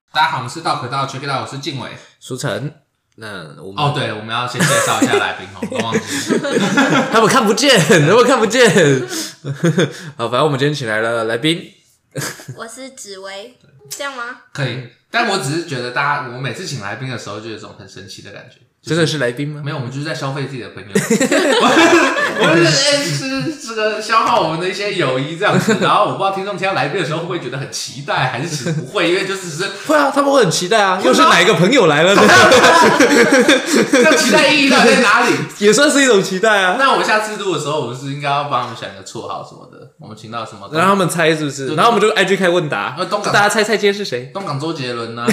大家好，我们是道可道 Check It Out， 我是静伟、 舒晨。那我们对，我们要先介绍一下来宾都忘记了， 他们看不见，他们看不见。好，反正我们今天请来了来宾， 我是紫薇，这样吗？ 可以，但我只是觉得我每次请来宾的时候，就有一种很神奇的感觉。 真的是来宾吗？ 没有，我们就是在消费自己的朋友。我们是这个消耗我们的一些友谊这样子。然后我不知道听众听到来宾的时候会不会觉得很期待，还是其实不会，因为就只是会啊，他们会很期待啊。又是哪一个朋友来了呢？ 这期待意义到底在哪里？ 也算是一种期待啊。 那我们下次录的时候，我们是应该要帮他们想一个绰号什么的。我们请到什么？ 让他们猜是不是？然后我们就 IG 开问答，大家猜猜今天是谁？ 东港周杰伦呢？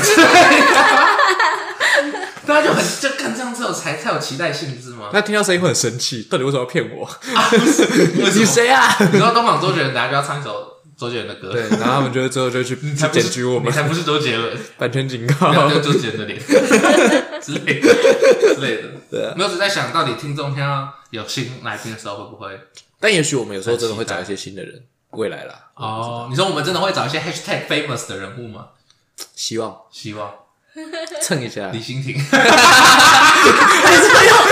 大家就看这样子才有期待性，是吗？ 他听到声音会很生气，到底为什么要骗我？ 不是， 你谁啊？ 你说东港周杰伦，等下就要唱一首周杰伦的歌， 对，然后他们就最后就去检举我们， 你才不是周杰伦， 版权警告， 没有周杰伦的脸之类的， 对啊， 没有只在想到底听众听到有新来宾的时候会不会？ 但也许我们有时候真的会找一些新的人，未来啦。 你说我们真的会找一些 hashtag famous 的人物吗？ 希望蹭一下， 李欣婷， 还是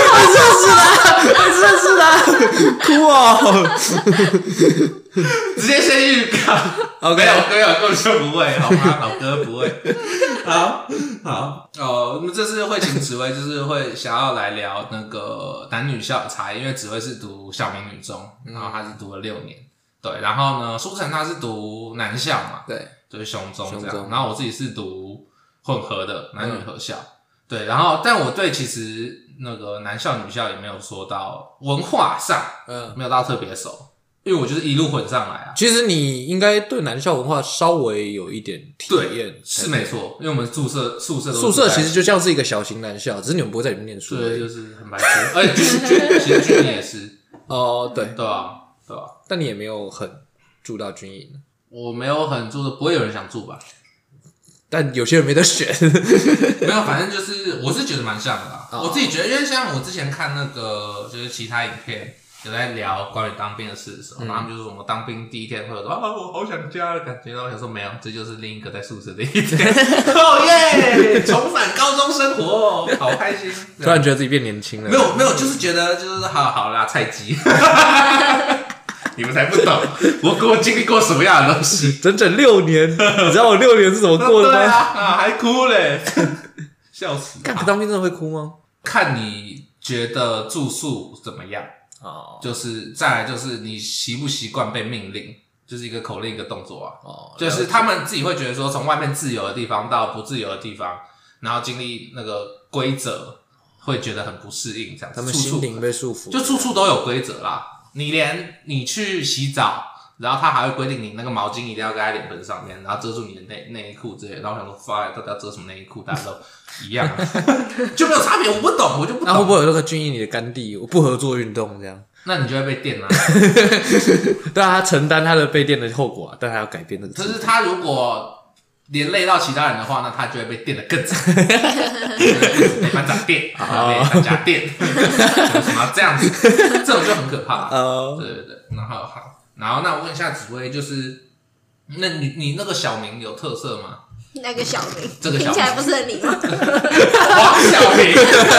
认识的，哭哦！ 直接先预告 ，OK， 没有，根本就不会，好吗？老哥不会。好，我们这次会请紫薇，就是会想要来聊那个男女校的差异，因为紫薇是读晓明女中，然后她是读了6年，对，然后呢，舒晨他是读男校嘛， 对， 就是雄中这样，然后我自己是读混合的男女合校，对，然后但我对其实那个男校女校也没有说到文化上，没有到特别熟，因为我就是一路混上来啊。 其实你应该对男校文化稍微有一点体验， 是没错，因为我们宿舍其实就像是一个小型男校，只是你们不会在里面念书， 对，就是很白痴，而且其实军营也是，对啊， 但你也没有很住到军营， 我没有很住的，不会有人想住吧？ 但有些人没得选， 没有，反正就是我是觉得蛮像的啦。我自己觉得，因为像我之前看那个就是其他影片有在聊关于当兵的事的时候，然后他们就说我们当兵第一天会有说我好想家的感觉，然后我想说没有，这就是另一个在宿舍的一天，耶，重返高中生活，好开心！ 突然觉得自己变年轻了， 没有，就是觉得就是好啦，菜鸡。你们才不懂，我经历过什么样的东西？ 整整6年，你知道我6年是怎么过的吗？ 对啊，还哭嘞，笑死！ 看当兵真的会哭吗？ 看你觉得住宿怎么样？就是再来就是你习不习惯被命令，就是一个口令一个动作啊。就是他们自己会觉得说，从外面自由的地方到不自由的地方，然后经历那个规则，会觉得很不适应，这样子。 他们心灵被束缚， 就处处都有规则啦。你连你去洗澡，然后他还会规定你那个毛巾一定要盖在脸盆上面，然后遮住你的内衣裤之类的。然后我想说，到底要遮什么内衣裤？大家都一样，就没有差别。我不懂，我就不懂。 那会不会有那个军营里的干弟不合作运动这样？ 那你就会被电啊！ 对啊，他承担他的被电的后果啊，但他要改变那个。 可是他如果连累到其他人的话，那他就会被电得更惨，被班长电，被班家电，什么这样子，这种就很可怕。对，然后那我问一下紫薇，就是那你那个小名有特色吗？ 那个小明， 这个小明听起来不是很礼貌。 黄小明，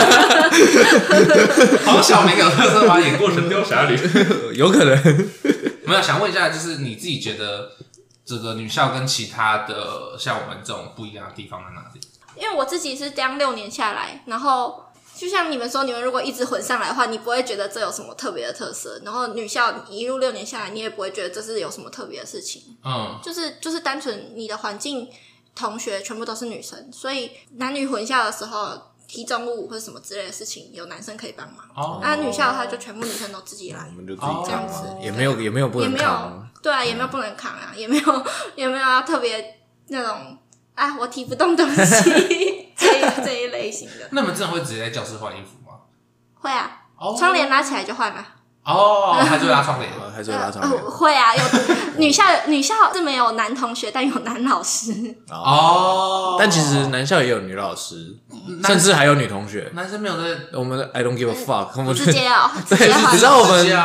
黄小明有特色吗？演过《神雕侠侣》 有可能。 没有，想问一下，就是你自己觉得这个女校跟其他的像我们这种不一样的地方在哪里？ 因为我自己是这样6年下来，然后就像你们说，你们如果一直混上来的话，你不会觉得这有什么特别的特色。然后女校一路6年下来，你也不会觉得这是有什么特别的事情。就是单纯你的环境。同学全部都是女生，所以男女混校的时候，提重物或者什么之类的事情，有男生可以帮忙。那女校的话，就全部女生都自己来， 我们就自己这样子， 也没有不能扛， 对啊，也没有不能扛啊，也没有要特别那种我提不动东西这一类型的。 那你们真的会直接在教室换衣服吗？ 会啊，窗帘拉起来就换了。 还是拉窗帘， 还是拉窗帘。 会啊，有女校是没有男同学，但有男老师。 但其实男校也有女老师，甚至还有女同学。 男生没有在， 我们 I don't give a fuck， 我们直接对，你知道我们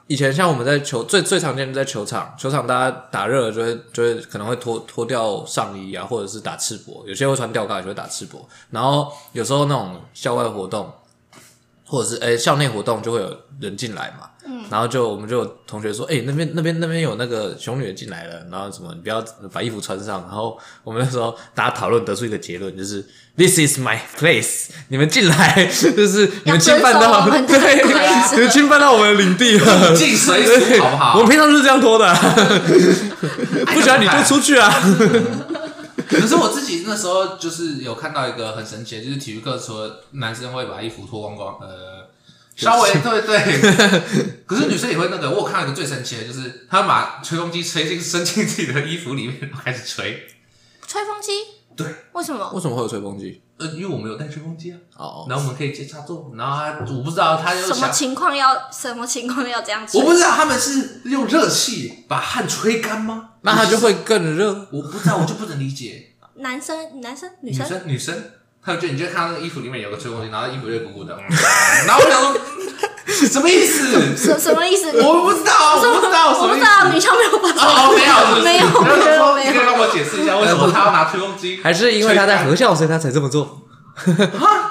以前像我们在最常见的在球场大家打热了就会可能会脱掉上衣啊，或者是打赤膊，有些会穿吊嘎，有些会打赤膊。然后有时候那种校外活动或者是校内活动就会有人进来嘛，然后我们就有同学说，那边有那个熊女的进来了，然后什么你不要把衣服穿上。然后我们那时候大家讨论得出一个结论，就是 This is my place， 你们进来就是你们侵犯到对，你们侵犯到我们的领地了， 进水煮好不好？ 我们平常就是这样脱的，不喜欢你就出去啊。 可是我自己那时候就是有看到一个很神奇的，就是体育课除了男生会把衣服脱光光，稍微对，可是女生也会那个。我有看到一个最神奇的，就是他们把吹风机伸进自己的衣服里面，然后开始吹。 吹风机？ 对。 为什么会有吹风机？ 因为我们有带吹风机啊。 哦。 然后我们可以接插座，然后我不知道他就什么情况要这样吹？ 我不知道他们是用热气把汗吹干吗？ 那他就会更热。 我不知道，我就不能理解。 男生、 女生。你就看到那个衣服里面有个吹风机，然后衣服就鼓鼓的，然后我想说什么意思？ 什么意思？ 我不知道，什么意思？ 女生没有发生。 没有。 你可以让我解释一下为什么他要拿吹风机？ 还是因为他在合校，所以他才这么做？ 没有，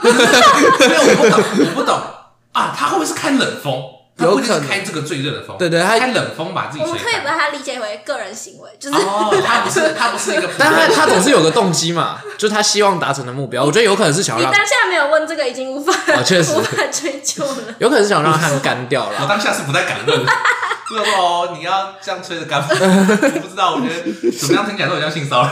我不懂啊！他会不会是开冷风？他不一定是开这个最热的风， 对， 他开冷风把自己吹开。 我们可以把它理解为个人行为，就是他不是一个， 但他总是有个动机嘛，就是他希望达成的目标。我觉得有可能是想让你当下没有问这个，已经无法确实无法追究了。 有可能是想让汗干掉了。 我当下是不太敢问，不知道你要这样吹着干嘛？我不知道，我觉得怎么样听起来都很像性骚扰。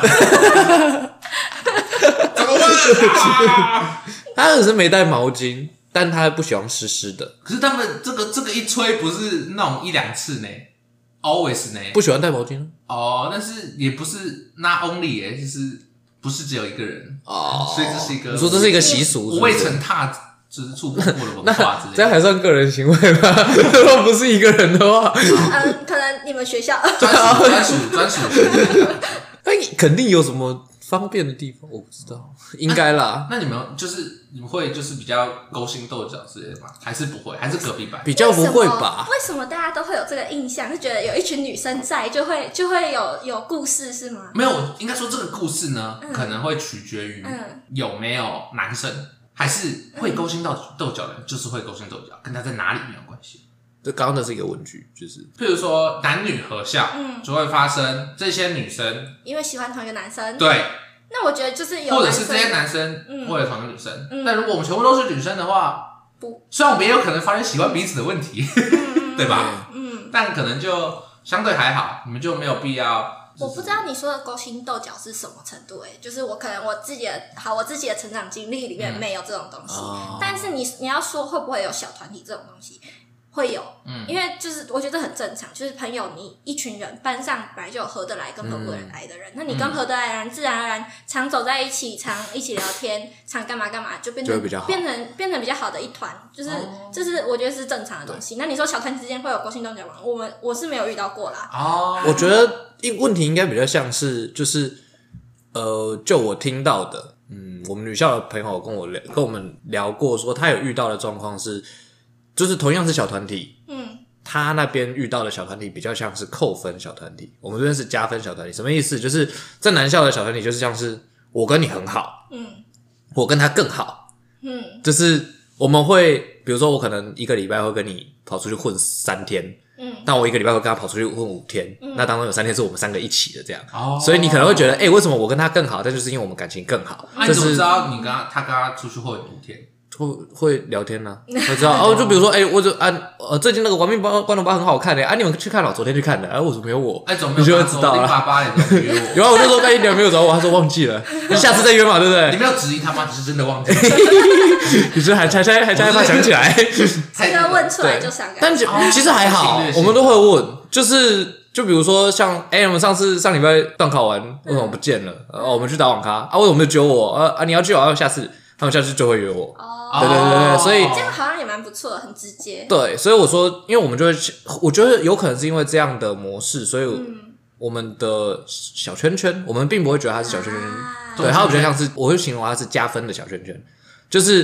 怎么问？ 他可是没带毛巾。但他不喜欢湿湿的。 可是他们这个一吹不是那种1-2次呢 ，always 呢。 不喜欢带毛巾但是也不是 not only 耶，就是不是只有一个人所以这是一个。 你说这是一个习俗， 未曾踏就是触碰过的文化之类的。 这样还算个人行为吗？如果不是一个人的话， 可能你们学校专属。 那肯定有什么方便的地方，我不知道，应该啦。 那你们会就是比较勾心斗角之类的吗？还是不会？还是隔壁班？ 比较不会吧？ 为什么大家都会有这个印象，就觉得有一群女生在，就会有故事是吗？ 没有，应该说这个故事呢，可能会取决于有没有男生，还是会勾心斗角的人，就是会勾心斗角，跟他在哪里没有关系。 这刚刚的是一个问句，就是譬如说男女合校，就会发生这些女生因为喜欢同一个男生， 对。 那我觉得就是有， 或者是这些男生为了同一个女生，但如果我们全部都是女生的话，虽然我们也有可能发现喜欢彼此的问题，对吧？但可能就相对还好，你们就没有必要。 我不知道你说的勾心斗角是什么程度就是我可能我自己的成长经历里面没有这种东西，但是你要说会不会有小团体这种东西？会有，因为就是我觉得很正常，就是朋友，你一群人班上本来就有合得来跟合不来的人，那你跟合得来的人自然而然常走在一起，常一起聊天，常干嘛就变成比较好的一团，就是这是我觉得是正常的东西。那你说小团体之间会有勾心斗角吗？我是没有遇到过啦。 我觉得问题应该比较像是就是就我听到的，我们女校的朋友跟我们聊过，说他有遇到的状况是。就是同样是小团体，他那边遇到的小团体比较像是扣分小团体，我们这边是加分小团体。什么意思？就是在男校的小团体，就是像是我跟你很好，我跟他更好，就是我们会，比如说我可能一个礼拜会跟你跑出去混3天，但我一个礼拜会跟他跑出去混5天，那当中有3天是我们3个一起的这样，所以你可能会觉得，为什么我跟他更好？但就是因为我们感情更好。 那你怎么知道他跟他出去混5天？ 会聊天呢，我知道就比如说我就最近那个亡命关头8很好看你们去看了，昨天去看的为什么没有我？你就会知道了。 8也都约我。 有我就说你俩没有找我，他说忘记了，你下次再约嘛，对不对？ 你没有质疑他吗？只是真的忘记了。 你是还差怕想起来， 这个问出来就想。 但其实还好，我们都会问，就比如说像我们上礼拜段考完为什么不见了？我们去打网咖为什么没有揪我？你要揪我，下次他们下次就会约我。对，所以这样好像也蛮不错的，很直接。 对，所以我说，因为我们就会，我觉得有可能是因为这样的模式，所以我们的小圈圈，我们并不会觉得它是小圈圈，对，它比较像是，我会形容它是加分的小圈圈，就是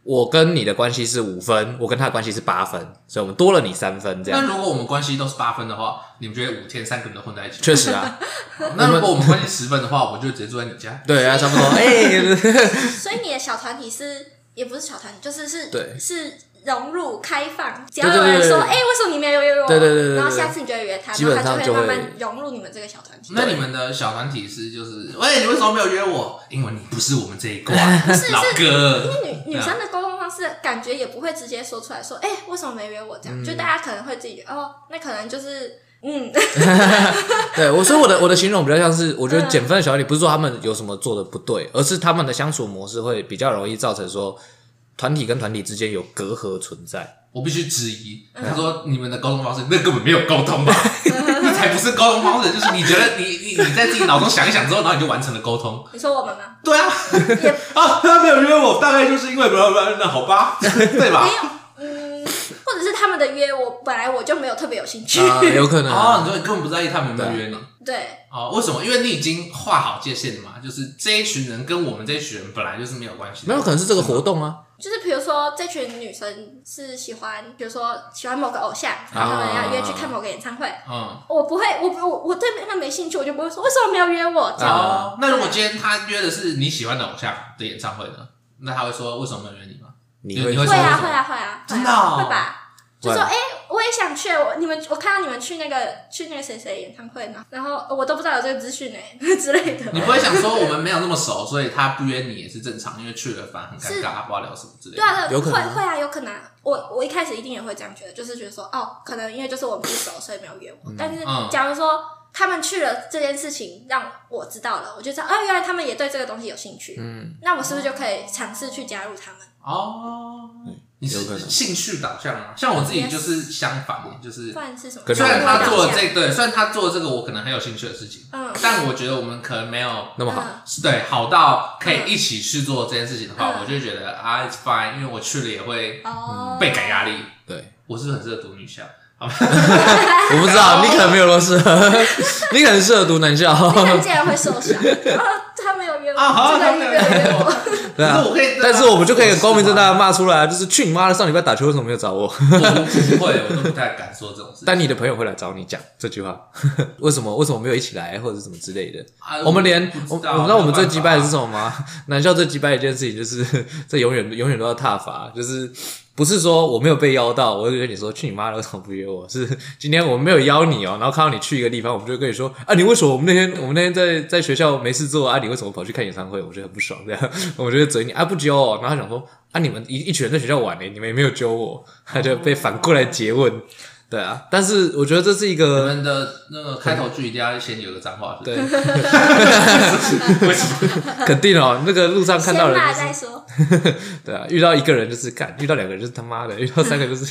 我跟你的关系是5分，我跟他的关系是8分，所以我们多了你3分这样。 那如果我们关系都是8分的话，你们觉得5天3个人都混在一起？ 确实啊。 那如果我们关系10分的话，我们就直接住在你家。 对啊，差不多。 所以你的小团体也不是小团体，就是对是融入开放，只要有人说，为什么你没有约我？ 对， 然后下次你就会约他， 基本上就会慢慢融入你们这个小团体。 那你们的小团体是喂，你为什么没有约我？因为你不是我们这一挂，老哥。 因为女生的沟通方式，感觉也不会直接说出来说，为什么没约我？这样，就大家可能会自己觉得，那可能就是。 对，所以我的形容比较像是，我觉得减分的小团体不是说他们有什么做的不对，而是他们的相处模式会比较容易造成说团体跟团体之间有隔阂存在。 我必须质疑，他说你们的沟通方式那根本没有沟通吧？那才不是沟通方式，就是你觉得你在自己脑中想一想之后，然后你就完成了沟通。 你说我们吗？ 对啊，他没有约我，大概就是因为那好吧，对吧？ 没有。或者是他们的约我本来我就没有特别有兴趣有可能你说你根本不在意他们有没有约你。 对为什么？因为你已经划好界限了嘛，就是这一群人跟我们这一群人本来就是没有关系的。 没有可能是这个活动啊， 就是比如说这群女生是喜欢，比如说喜欢某个偶像，然后他们要约去看某个演唱会，我不会，我对那没兴趣，我就不会说为什么没有约我这样。 那如果今天他约的是你喜欢的偶像的演唱会呢？那他会说为什么没有约你吗？ 你会会啊， 真的会吧？就说我也想去，我看到你们去那个谁谁演唱会呢，然后我都不知道有这个资讯之类的。 你不会想说我们没有那么熟，所以他不约你也是正常，因为去了反而很尴尬，不知道聊什么之类的。 对啊， 有可能会啊，有可能。我一开始一定也会这样觉得，就是觉得说可能因为就是我们不熟，所以没有约我。但是假如说他们去了这件事情让我知道了，我就知道原来他们也对这个东西有兴趣。那我是不是就可以尝试去加入他们？ 你是兴趣导向吗？像我自己就是相反，就是不然是什么？ 虽然他做了虽然他做了这个我可能很有兴趣的事情，但我觉得我们可能没有那么好， 对，好到可以一起去做这件事情的话，我就觉得it's fine，因为我去了也会倍感压力。 对， 我是不是很适合读女校？ 我不知道，你可能没有那么适合，你可能适合读男校。 你可能竟然会受伤他没有约我，这个没有约我。 对啊，但是我们就可以光明正大的骂出来，就是去你妈的！上礼拜打球为什么没有找我？ 我不会，我都不太敢说这种事。 但你的朋友会来找你讲这句话，为什么没有一起来，或者什么之类的？我们连我知道我们最击败的是什么吗？男校最击败的一件事情就是这永远都要挞伐，就是不是说我没有被邀到，我就跟你说去你妈的，为什么不约我？是今天我们没有邀你然后看到你去一个地方，我们就会跟你说你为什么我们那天在学校没事做你为什么跑去看演唱会？我觉得很不爽，这样我就会嘴你不揪我，然后他想说你们一群人在学校玩你们也没有揪我，他就被反过来诘问。对啊，但是我觉得这是一个你们的那个开头句一定要先有个脏话， 对， 为什么？ 肯定那个路上看到人、 先骂再说。 对啊，遇到一个人就是干，遇到2个人就是他妈的，遇到3个就是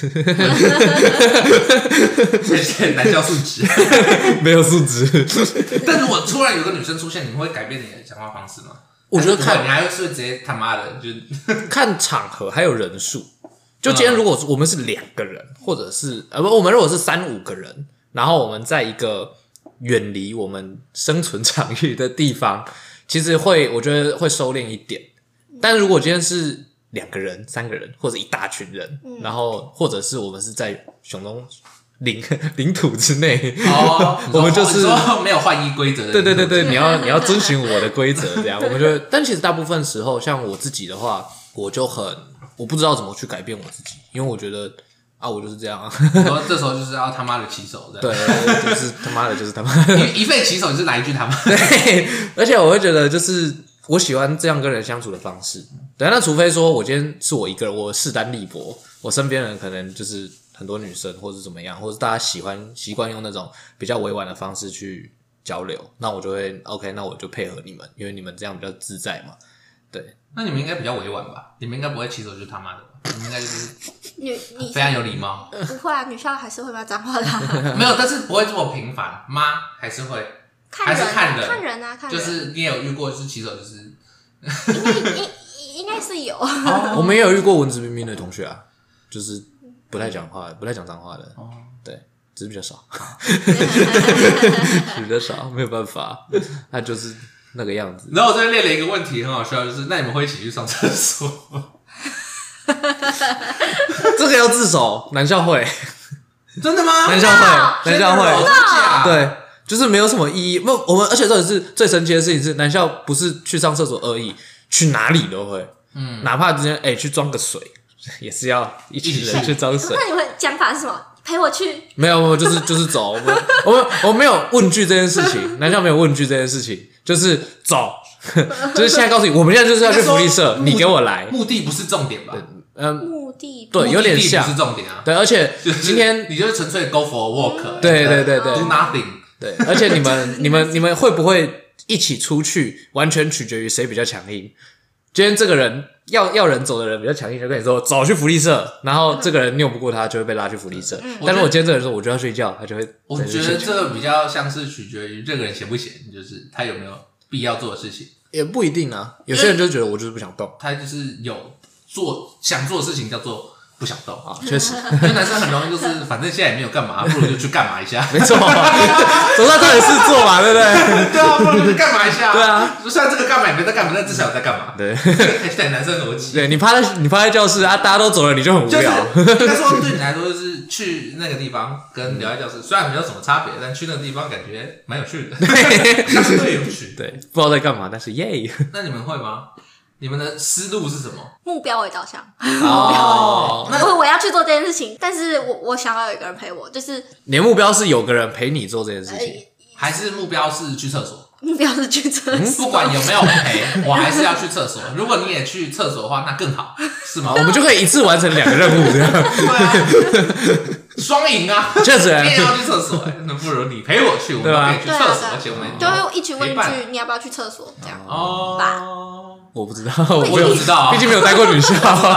谢谢男校素质， 没有素质。 但如果突然有个女生出现，你们会改变你的讲话方式吗？ 我觉得看你还是直接他妈的就看场合还有人数。就今天如果我们是2个人，或者是我们如果是3-5个人，然后我们在一个远离我们生存场域的地方，其实我觉得会收敛一点。但如果今天是2个人、3个人，或者一大群人，然后或者是我们是在熊中领土之内，我们就是没有换衣规则的。 对，你要遵循我的规则，这样我们就。但其实大部分时候，像我自己的话，我不知道怎么去改变我自己，因为我觉得我就是这样啊。 然后这时候就是要他妈的起手，这样对，就是他妈的，就是他妈的一废起手，你是来一句他妈。 对，而且我会觉得就是我喜欢这样跟人相处的方式。对，那除非说我今天是我一个人，我势单力薄，我身边人可能就是很多女生，或者怎么样，或者大家习惯用那种比较委婉的方式去交流，那我就会 OK， 那我就配合你们，因为你们这样比较自在嘛。对， 那你们应该比较委婉吧？你们应该不会起手就是他妈的吧？你们应该就是你非常有礼貌。 不会女校还是会骂脏话的。 没有，但是不会这么频繁。妈还是会，还是看人啊，看人。就是你也有遇过，就是起手就是应该是有。 我们也有遇过文质彬彬的同学啊，就是不太讲话，不太讲脏话的。对，只是比较少，比较少，没有办法，他就是那个样子。 然后我这边列了一个问题，很好笑，就是那你们会一起去上厕所？ 这个要自首，男校会。 真的吗？ 男校会，对，就是没有什么意义。我们而且这里是最神奇的事情是，男校不是去上厕所而已，去哪里都会，哪怕之前去装个水，也是要一群人去装水。 那你们讲法是什么？陪我去？ 没有，就是走。我没有问句这件事情，男校没有问句这件事情，就是走，就是现在告诉你，我们现在就是要去福利社，你给我来。 目的不是重点吧？ 目的对，有点像不是重点啊。 对，而且今天你就是纯粹 go for walk。 对 ，do nothing。 对，而且你们会不会一起出去，完全取决于谁比较强硬。今天这个人要人走的人比较强硬，就跟你说走去福利社，然后这个人拗不过他，就会被拉去福利社。但是我今天这个人说我就要睡觉，他就会。 我觉得这个比较像是取决于这个人闲不闲，就是他有没有必要做的事情。 也不一定啊，有些人就觉得我就是不想动， 他就是有想做的事情叫做不想动啊，确实， 因为男生很容易就是反正现在也没有干嘛，不如就去干嘛一下。 没错，总算找点事做嘛，对不对？ 对啊，不如就去干嘛一下。 对啊， 虽然这个干嘛也没在干嘛，但至少有在干嘛。 对， 对男生逻辑。 对你趴在教室啊，大家都走了，你就很无聊。 应该说对你来说，就是去那个地方跟留在教室，虽然没有什么差别，但去那个地方感觉蛮有趣的，相对有趣。 对，不知道在干嘛，但是耶。 那你们会吗？你们的思路是什么？ 目标为导向。 哦， 我要去做这件事情，但是我想要有一个人陪我，就是你的目标是有个人陪你做这件事情， 还是目标是去厕所？ 目标是去厕所， 不管有没有陪，我还是要去厕所。如果你也去厕所的话，那更好，是吗？ 我们就可以一次完成2个任务，这样。 对啊，双赢啊！ 确实， 你也要去厕所，那不如你陪我去，我们可以去厕所，而且我们就会一起问一句你要不要去厕所，这样哦。 我不知道， 我也不知道， 毕竟没有待过女校。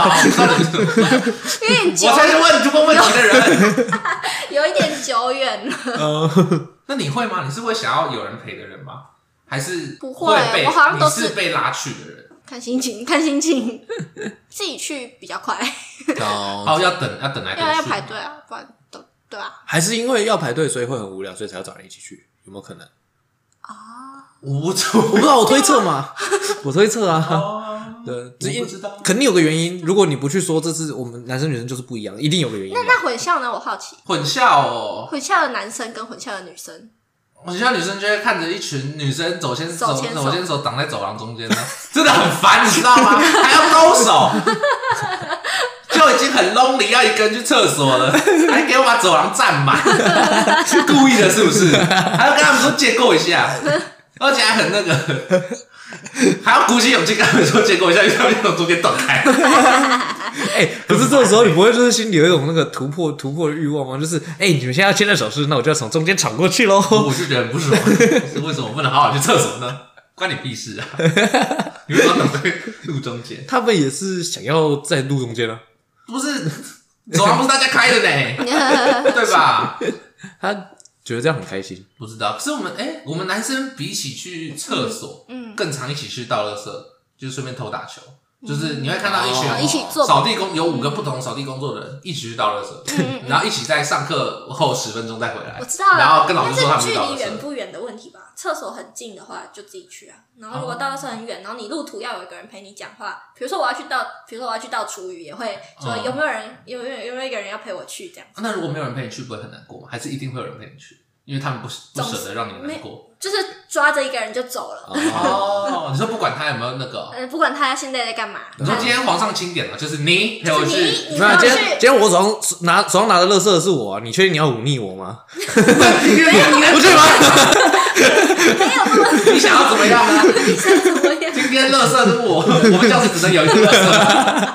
有点久， 我才是问出问题的人， 有一点久远了。 那你会吗？你是会想要有人陪的人吗？还是不会？我好像都是被拉去的人。 看心情，看心情，自己去比较快。 哦，要等来等去， 要排队啊，不然都对啊。 还是因为要排队，所以会很无聊，所以才要找人一起去，有没有可能？ 我不知道，我推测嘛，我推测啊。对， 我不知道， 肯定有个原因。如果你不去说这是我们男生女生就是不一样，一定有个原因。 那混校呢？我好奇。 混校哦， 混校的男生跟混校的女生。 混校女生就会看着一群女生走牵手挡在走廊中间呢，真的很烦，你知道吗？还要勾手，就已经很 lonely， 要一个人去厕所了，还给我把走廊占满，是故意的，是不是？还要跟他们说借过一下，而且还很那个。还要鼓起勇气跟他们说借过一下，因为他们从中间断开。 可是这个时候你不会就是心里有一种那个突破的欲望吗？就是你们现在要牵着手势，那我就要从中间闯过去咯。 我就觉得很不爽，为什么不能好好去厕所呢？关你屁事啊！你为什么挡在路中间？ 他们也是想要在路中间啊， 不是走廊不是大家开的呢，对吧？ 他觉得这样很开心， 不知道。可是我们男生比起去厕所，更常一起去倒垃圾，就是顺便偷打球。就是你会看到一群一起做扫地工，有5个不同扫地工作的人一起去倒垃圾，然后一起在上课后10分钟再回来。 我知道了， 然后跟老师说他们去倒垃圾。 距离远不远的问题吧？厕所很近的话就自己去啊。然后如果倒垃圾很远，然后你路途要有一个人陪你讲话，比如说我要去倒厨余，也会说有没有一个人要陪我去这样。 那如果没有人陪你去，不会很难过吗？还是一定会有人陪你去？因为他们不舍得让你难过， 就是抓着一个人就走了。 哦，你说不管他有没有那个， 不管他现在在干嘛。 你说今天皇上钦点了，就是你陪我去。 你陪我去。 今天我手上拿的垃圾的是我啊，你确定你要忤逆我吗？ 不去吗？ 没有那么。 你想要怎么样呢？ 你想怎么样？ 今天垃圾是我们教室只能有一个垃圾。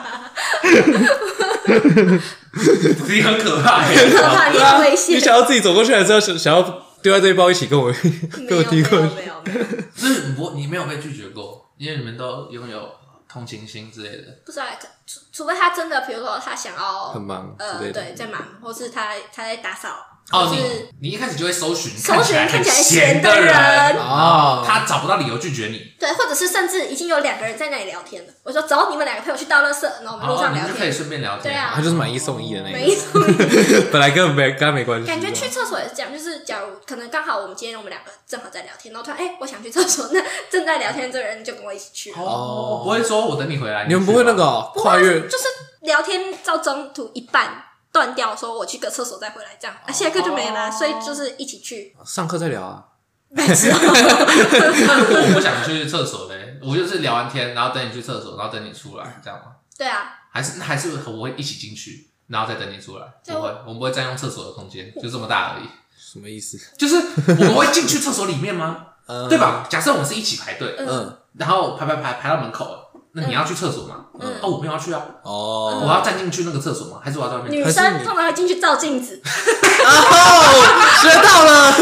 你很可怕， 很可怕，你很危险。 你想要自己走过去，还是要想要丢在这一包一起跟我踢过去？ 没有。 就是你没有被拒绝过，因为你们都拥有同情心之类的。 不知道，除非他真的，比如说他想要很忙， 对，在忙，或是他在打扫， 你一开始就会搜寻看起来闲的人他找不到理由拒绝你。 对，或者是甚至已经有2个人在那里聊天了，我说走，你们2个陪我去倒垃圾，然后我们路上聊天， 你就可以顺便聊天。 对啊， 他就是买1送1的那个， 买1送1， 本来跟他没关系。 感觉去厕所也是这样，就是假如可能刚好我们今天我们2个正好在聊天，然后突然我想去厕所，那正在聊天这个人就跟我一起去。 不会说我等你回来。 你们不会那个跨越， 就是聊天到中途一半断掉，说我去个厕所再回来，这样下课就没了，所以就是一起去。 上课再聊啊。 那如果我不想去厕所嘞，我就是聊完天，然后等你去厕所，然后等你出来，这样吗？ 对啊， 还是我会一起进去，然后再等你出来。不会，我们不会占用厕所的空间，就这么大而已。 什么意思？ 就是我们会进去厕所里面吗？对吧？假设我们是一起排队，然后排到门口了，那你要去厕所吗？我没有要去啊。我要站进去那个厕所吗？还是我要在外面？ 女生通常会进去照镜子。 学到了。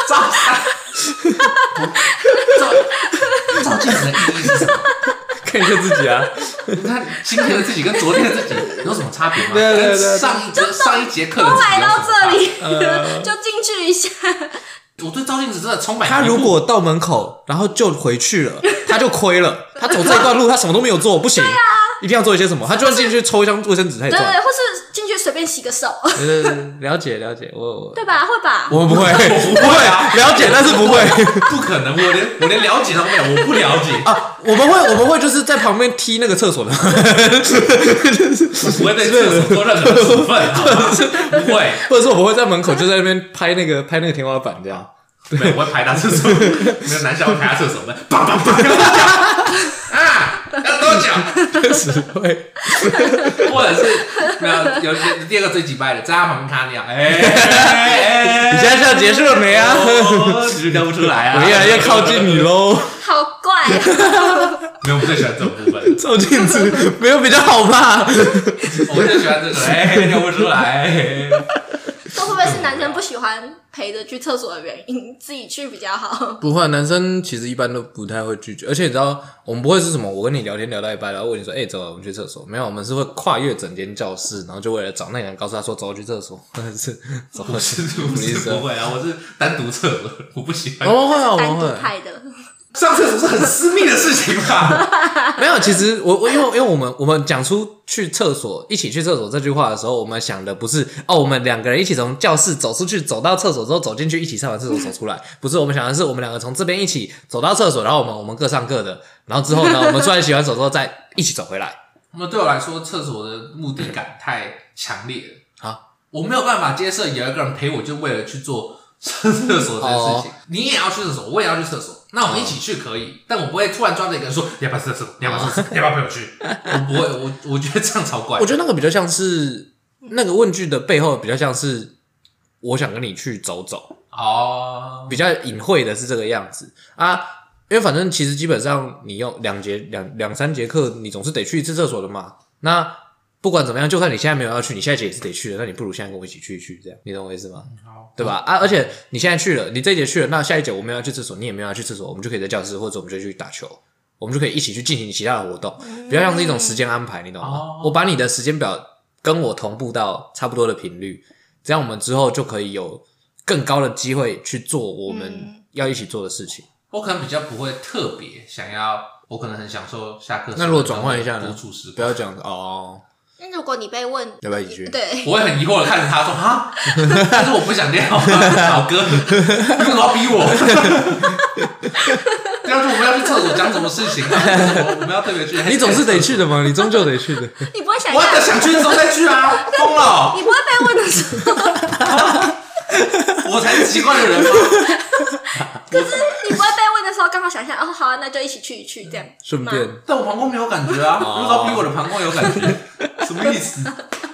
照镜子的意义是什么？ 看一下自己啊！ 你看今天的自己跟昨天的自己有什么差别吗？ 对， 上一节课的自己来到这里， 就进去一下。 我对照镜子真的充满。 他如果到门口，然后就回去了，他就亏了。他走这一段路，他什么都没有做，不行。一定要做一些什么？他就算进去抽一张卫生纸，他也赚。 对，或是进去随便洗个手。 对，了解，我对吧？会吧？ 我们不会，我不会啊，了解，但是不会， 不可能，我连了解都没有，我不了解啊。我们会就是在旁边踢那个厕所的， 不会对厕所做任何处分，不会， 或者是我们会在门口就在那边拍那个天花板这样。 没有，我会拍他厕所，没有男校会拍他厕所的，砰砰砰，要多久？ 确实会， 或者是没有第二个最击败的，在他旁边看他尿， 你现在是要结束了没啊？ 你就尿不出来啊！ 我越来越靠近你喽。 好怪啊！ 没有，我最喜欢这种部分， 照镜子没有比较好吧？ 我最喜欢这个，尿不出来。 这会不会是男生不喜欢陪着去厕所的原因？自己去比较好。 不会，男生其实一般都不太会拒绝，而且你知道，我们不会是什么，我跟你聊天聊到一半，然后问你说，走了，我们去厕所。没有，我们是会跨越整间教室，然后就为了找那个人，告诉他说，走，去厕所，或者是走过去。 不会啊，我是单独厕所，我不喜欢。 我们会啊，我们会。 单独派的。 上厕所是很私密的事情吧？ 没有，其实因为我们讲出去厕所一起去厕所这句话的时候，我们想的不是我们2个人一起从教室走出去，走到厕所之后走进去，一起上完厕所走出来，不是，我们想的是我们2个从这边一起走到厕所，然后我们各上各的，然后之后呢，我们出来洗完手之后再一起走回来。 那对我来说，厕所的目的感太强烈了啊！ 我没有办法接受有一个人陪我，就为了去做厕所这件事情。你也要去厕所，我也要去厕所。那我们一起去可以，但我不会突然抓着一个人说你要不要厕所，你要不要厕所，你要不要陪我去？我不会，我觉得这样超怪。 我觉得那个比较像是那个问句的背后，比较像是我想跟你去走走哦， 比较隐晦的是这个样子啊。因为反正其实基本上你用两三节课，你总是得去一次厕所的嘛。那不管怎么样，就算你现在没有要去，你下一节也是得去的。那你不如现在跟我一起去，这样你懂我意思吗？对吧？而且你现在去了，你这一节去了，那下一节我们要去厕所，你也没有要去厕所，我们就可以在教室，或者我们就去打球，我们就可以一起去进行其他的活动，比较像是一种时间安排，你懂吗？我把你的时间表跟我同步到差不多的频率，这样我们之后就可以有更高的机会去做我们要一起做的事情。 我可能比较不会特别想要，我可能很享受下课。 那如果转换一下呢？ 独处时光， 不要讲哦。 那如果你被问要不要一起去？ 对， 我会很疑惑的看着他说哈，但是我不想尿，老哥，你为什么要逼我？要是我们要去厕所讲什么事情啊？我们要特别去？ 你总是得去的嘛，你终究得去的。 你不会想？ 我等想去的时候再去啊，疯了！ 你不会被问的时候。 我才是奇怪的人吗？ 可是你不会被问的时候，刚好想象好啊，那就一起去这样。 顺便， 但我膀胱没有感觉啊，为什么要逼我的膀胱有感觉？什么意思？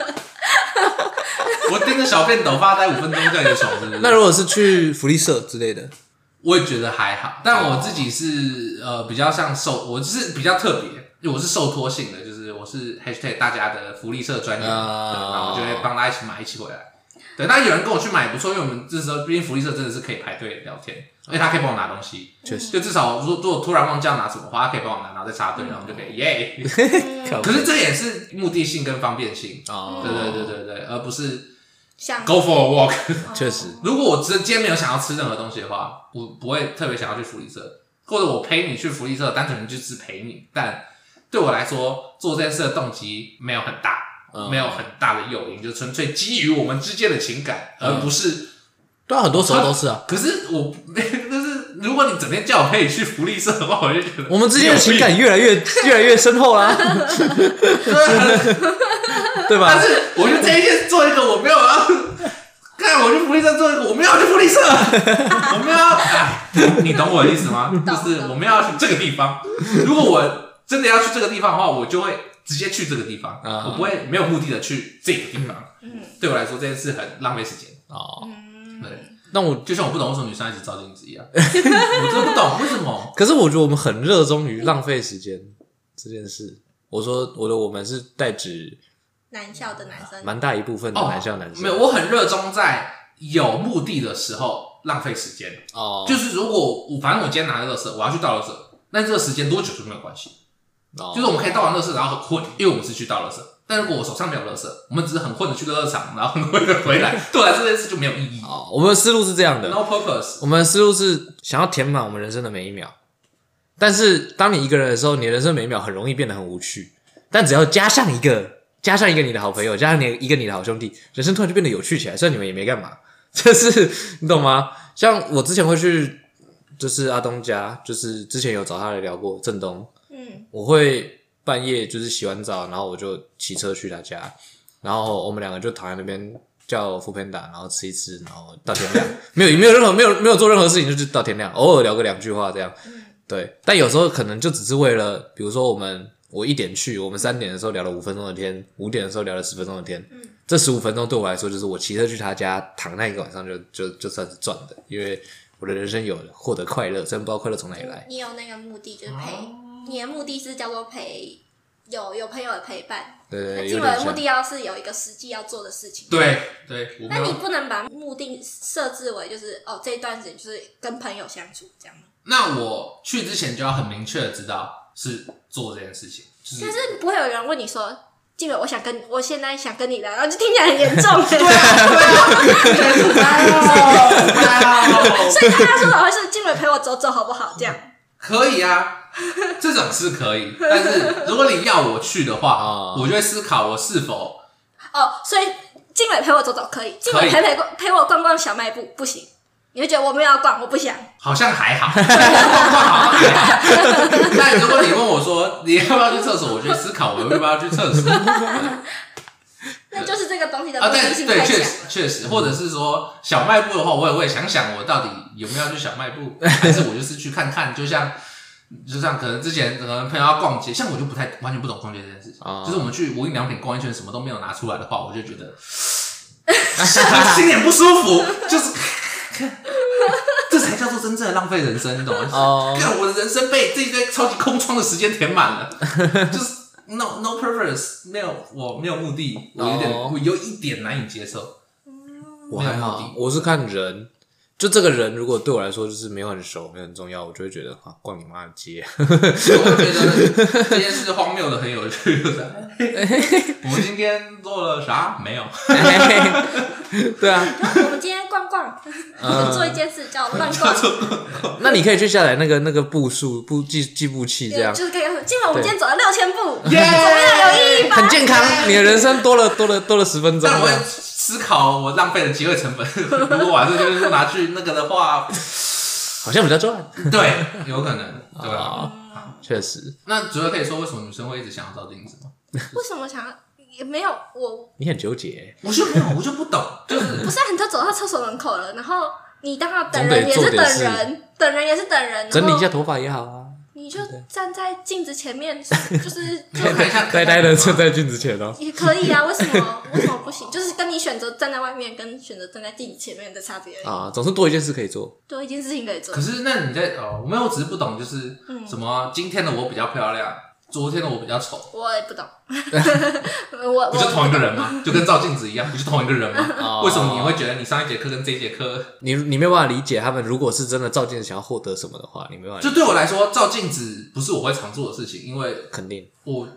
我盯着小便斗发呆5分钟，这样也爽，是不是？ 那如果是去福利社之类的， 我也觉得还好。但我自己是比较像我是比较特别，因为我是受托性的，就是我是 # 大家的福利社专员，然后我就会帮大家一起买一起回来。对，但有人跟我去买也不错，因为我们这时候毕竟福利社真的是可以排队聊天，而且他可以帮我拿东西， 确实， 就至少如果突然忘记要拿什么话，他可以帮我拿，然后再插队，然后我们就可以耶。可是这也是目的性跟方便性，对，而不是 go for a walk。 确实， 如果我今天没有想要吃任何东西的话，我不会特别想要去福利社，或者我陪你去福利社，单纯就只陪你。但对我来说，做这件事的动机没有很大，没有很大的诱因，就纯粹基于我们之间的情感，而不是。 对啊，很多时候都是啊。 可是就是如果你整天叫我陪你去福利社的话，我就觉得我们之间的情感越来越深厚啦。对吧？ 但是我就这一天做一个我没有要，看我去福利社做一个我没有要去福利社，我没有要，你懂我的意思吗？就是我们要去这个地方。如果我真的要去这个地方的话，我就会直接去这个地方，我不会没有目的的去这个地方。对我来说这件事很浪费时间。对。 那我就像我不懂为什么女生一直照镜子一样，我真的不懂为什么。 可是我觉得我们很热衷于浪费时间这件事。我说我们是代指男校的男生， 蛮大一部分的男校男生。 没有，我很热衷在有目的的时候浪费时间。就是如果反正我今天拿了垃圾，我要去倒垃圾，那这个时间多久就没有关系。就是我们可以倒完垃圾然后很混，因为我们是去倒垃圾。但如果我手上没有垃圾，我们只是很混的去垃圾场，然后很混的回来，对我来说这件事就没有意义。 我们的思路是这样的 ，no purpose。 我们的思路是想要填满我们人生的每一秒，但是当你一个人的时候，你的人生每一秒很容易变得很无趣。但只要加上一个你的好朋友，加上一个你的好兄弟，人生突然就变得有趣起来。虽然你们也没干嘛，就是你懂吗？像我之前会去，就是阿东家，就是之前有找他来聊过郑东，我会半夜就是洗完澡，然后我就骑车去他家，然后我们两个就躺在那边叫 Foodpanda， 然后吃一吃，然后到天亮，没有做任何事情，就是到天亮，偶尔聊个2句话这样。对，但有时候可能就只是为了，比如说我1点去，我们3点的时候聊了5分钟的天，5点的时候聊了10分钟的天，这15分钟对我来说就是我骑车去他家躺那一个晚上就算是赚的，因为我的人生有获得快乐，虽然不知道快乐从哪里来。 你有那个目的就是陪，你的目的是叫做陪有朋友的陪伴。 对， 进来的目的要是有一个实际要做的事情。 对。 那你不能把目的设置为就是这一段时间就是跟朋友相处这样吗？ 那我去之前就要很明确的知道是做这件事情。 但是不会有人问你说，静伟，我现在想跟你聊，然后就听起来很严重。对啊，所以他说的话是静伟陪我走走好不好？这样可以啊，这种是可以。但是如果你要我去的话，我就会思考我是否所以静伟陪我走走可以，静伟陪我逛逛小卖部不行。你会觉得我没有要逛，我不想。 好像还好，逛好像还好。但如果你问我说你要不要去厕所，我就会思考我要不要去厕所。 那就是这个东西的目的性太强。 对，确实，或者是说小卖部的话，我也会想想我到底有没有去小卖部，还是我就是去看看，就像可能之前可能朋友要逛街，像我就完全不懂逛街这件事情。就是我们去无印良品逛一圈，什么都没有拿出来的话，我就觉得心里很不舒服，就是这才叫做真正的浪费人生，你懂吗？看我的人生被这一堆超级空窗的时间填满了，就是 no purpose， 我没有目的，我有一点难以接受。 我还好，我是看人。就这个人，如果对我来说就是没有很熟，没有很重要，我就会觉得逛你妈的街。 我会觉得这件事荒谬的很有趣。我们今天做了啥？没有。 对啊。 我们今天逛逛，做一件事叫乱逛。 那你可以去下载那个步数计步器，这样就是可以。今晚我们今天走了6000步， 怎么样？ 有意义吧？ 很健康，你的人生多了10分钟。 但我会思考我浪费的机会成本。如果我还是就是拿去那个的话， 好像比较赚。 对，有可能，对吧？ 确实。 那主要可以说为什么女生会一直想要照镜子吗？ 为什么想要？也没有我。 你很纠结。 我就不懂，就是不是你都走到厕所门口了，然后你当然等人也是等人，等人也是等人， 整理一下头发也好啊。 你就站在镜子前面，就是呆呆的站在镜子前哦， 也可以啊。为什么不行？就是跟你选择站在外面，跟选择站在镜子前面的差别而已啊。总是多一件事可以做， 多一件事情可以做。 可是那你在我只是不懂，就是什么今天的我比较漂亮，昨天的我比较丑， 我也不懂。 不就同一个人吗？就跟照镜子一样，不是同一个人吗？为什么你会觉得你上一节课跟这一节课， 你没有办法理解他们如果是真的照镜子想要获得什么的话，你没办法理解。 就对我来说，照镜子不是我会常做的事情，因为肯定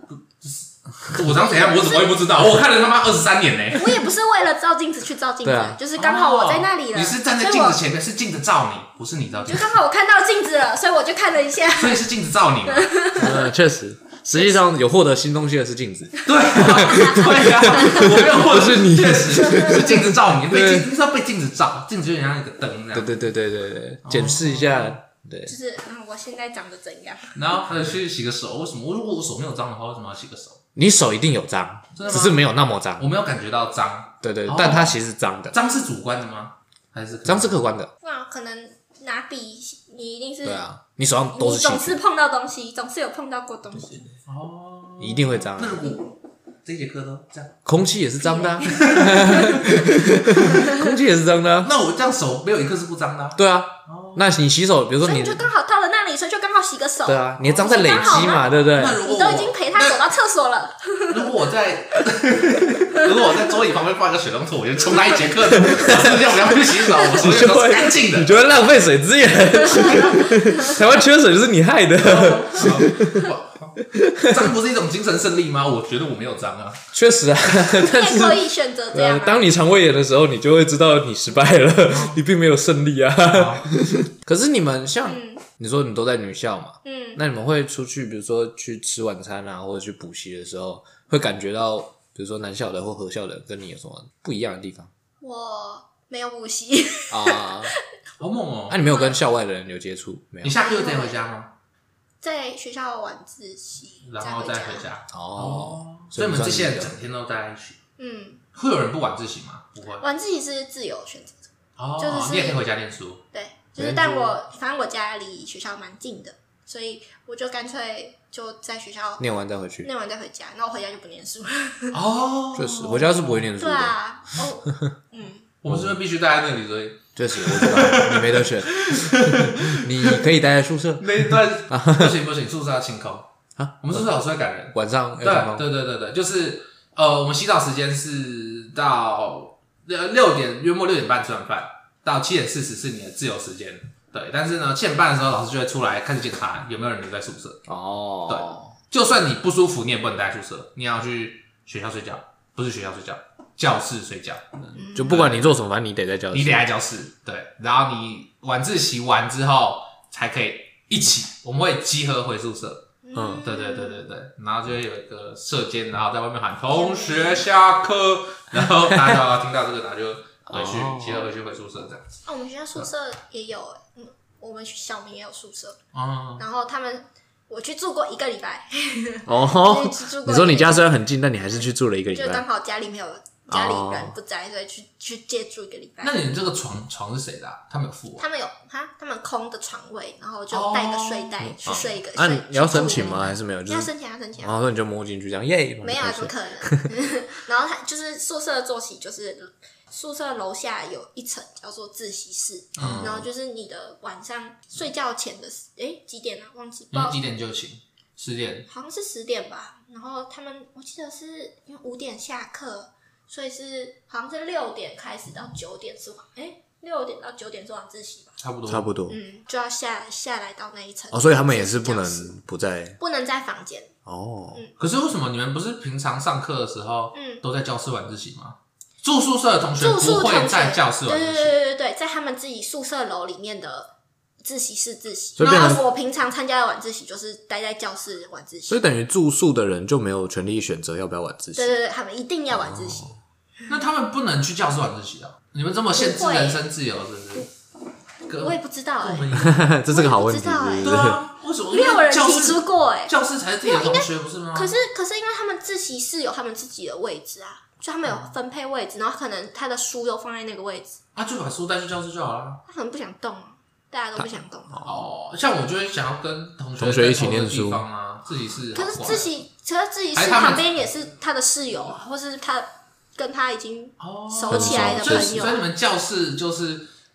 我长怎样，我怎么会不知道？我看了他妈23年呢。 我也不是为了照镜子去照镜子，就是刚好我在那里了。 你是站在镜子前面，是镜子照你，不是你照镜子。 就刚好我看到镜子了，所以我就看了一下。 所以是镜子照你嘛？ 确实，实际上有获得新东西的是镜子。 对啊，我没有获得，是你，确实是镜子照你，你知道被镜子照，镜子就很像一个灯那样。 对，检视一下。对， 就是我现在长得怎样？ 然后还有去洗个手，为什么？如果我手没有脏的话，为什么要洗个手？ 你手一定有脏，只是没有那么脏。 我没有感觉到脏。 对，但它其实是脏的。 脏是主观的吗？还是脏是客观的？ 哇，可能拿笔，你一定是对啊，你手上都是细菌， 你总是碰到东西，总是有碰到过东西。 一定会脏。 那如果这一节课都这样， 空气也是脏的，空气也是脏的。 那我这样手没有一刻是不脏的。 对啊，那你洗手，比如说你就刚好到了那里，所以就刚好洗个手。 对啊，你的脏在累积嘛，对不对？ 你都已经陪他走到厕所了。 如果我在桌椅旁边放一个水龙头，我就冲他一节课的，我要不要去洗手？我手都是干净的。 你觉得浪费水资源？台湾缺水就是你害的。 脏不是一种精神胜利吗？我觉得我没有脏啊。 确实啊，但是你也可以选择这样。 当你肠胃炎的时候，你就会知道你失败了，你并没有胜利啊。可是你们像你说你都在女校嘛，那你们会出去，比如说去吃晚餐啊，或者去补习的时候，会感觉到，比如说男校的或合校的跟你有什么不一样的地方？ 我没有补习啊，好猛哦！ 那你没有跟校外的人有接触？没有。 你下课直接回家吗？ 在学校晚自习， 然后再回家。所以你们这些人整天都待在一起。会有人不晚自习吗？不会。 晚自习是自由选择的。就是你也可以回家念书。 对，就是反正我家离学校蛮近的，所以我就干脆就在学校念完再回去， 念完再回家，然后回家就不念书了。 确实，回家是不会念书的。 对啊， 我们是不是必须待在那里？所以确实，我知道你没得选，你可以待在宿舍。 那一段不行，宿舍要清空啊。我们宿舍老师会赶人， 晚上对，就是我们洗澡时间是到6点，约莫6点半吃完饭，到7点40是你的自由时间。对，但是呢，7点半的时候老师就会出来开始检查有没有人留在宿舍。对，就算你不舒服，你也不能待在宿舍，你要去学校睡觉，不是学校睡觉。教室睡觉， 就不管你做什么，反正你得在教室。 你得在教室，对。然后你晚自习完之后，才可以一起，我们会集合回宿舍。对。然后就会有一个舍监，然后在外面喊同学下课，然后大家听到这个，然后就回去集合回去回宿舍这样子。 我们学校宿舍也有，我们小明也有宿舍。然后我去住过1个礼拜。 你说你家虽然很近，但你还是去住了1个礼拜。 就刚好家里人不在，所以去借住1个礼拜。 那你这个床是谁的？他们有付？ 他们空的床位，然后就带一个睡袋去睡一个。 你要申請吗？还是没有？ 要申請。 然后你就摸进去这样，耶！ 没有啊，怎么可能？然后就是宿舍的作息就是宿舍楼下有一层叫做自习室，然后就是你的晚上睡觉前的几点啊？忘记几点就寝？10点， 好像是10点吧。然后我记得是因为5点下课，所以好像是6点开始到9点是6点到9点是晚自习吧？ 差不多。 就要下来到那一层。 所以他们也是不能在房间。 可是为什么你们不是平常上课的时候都在教室晚自习吗？住宿舍的同学不会在教室晚自习。 对，在他们自己宿舍楼里面的自习室自习。然后我平常参加的晚自习就是待在教室晚自习。 所以等于住宿的人就没有权利选择要不要晚自习。 对，他们一定要晚自习。 那他们不能去教室晚自习啊？你们这么限制人身自由，是不是？ 我也不知道这是个好问题。 对啊，为什么？ 没有人提出过教室才是自己的同学，不是吗？ 可是因为他们自习室有他们自己的位置啊，就他们有分配位置，然后可能他的书又放在那个位置， 就把书带去教室就好了。 他可能不想动啊，大家都不想动。 像我就会想要跟同学一起念书啊，自习室。 可是自习室旁边也是他的室友啊，或是他跟他已经熟起来的朋友。 所以你们教室就是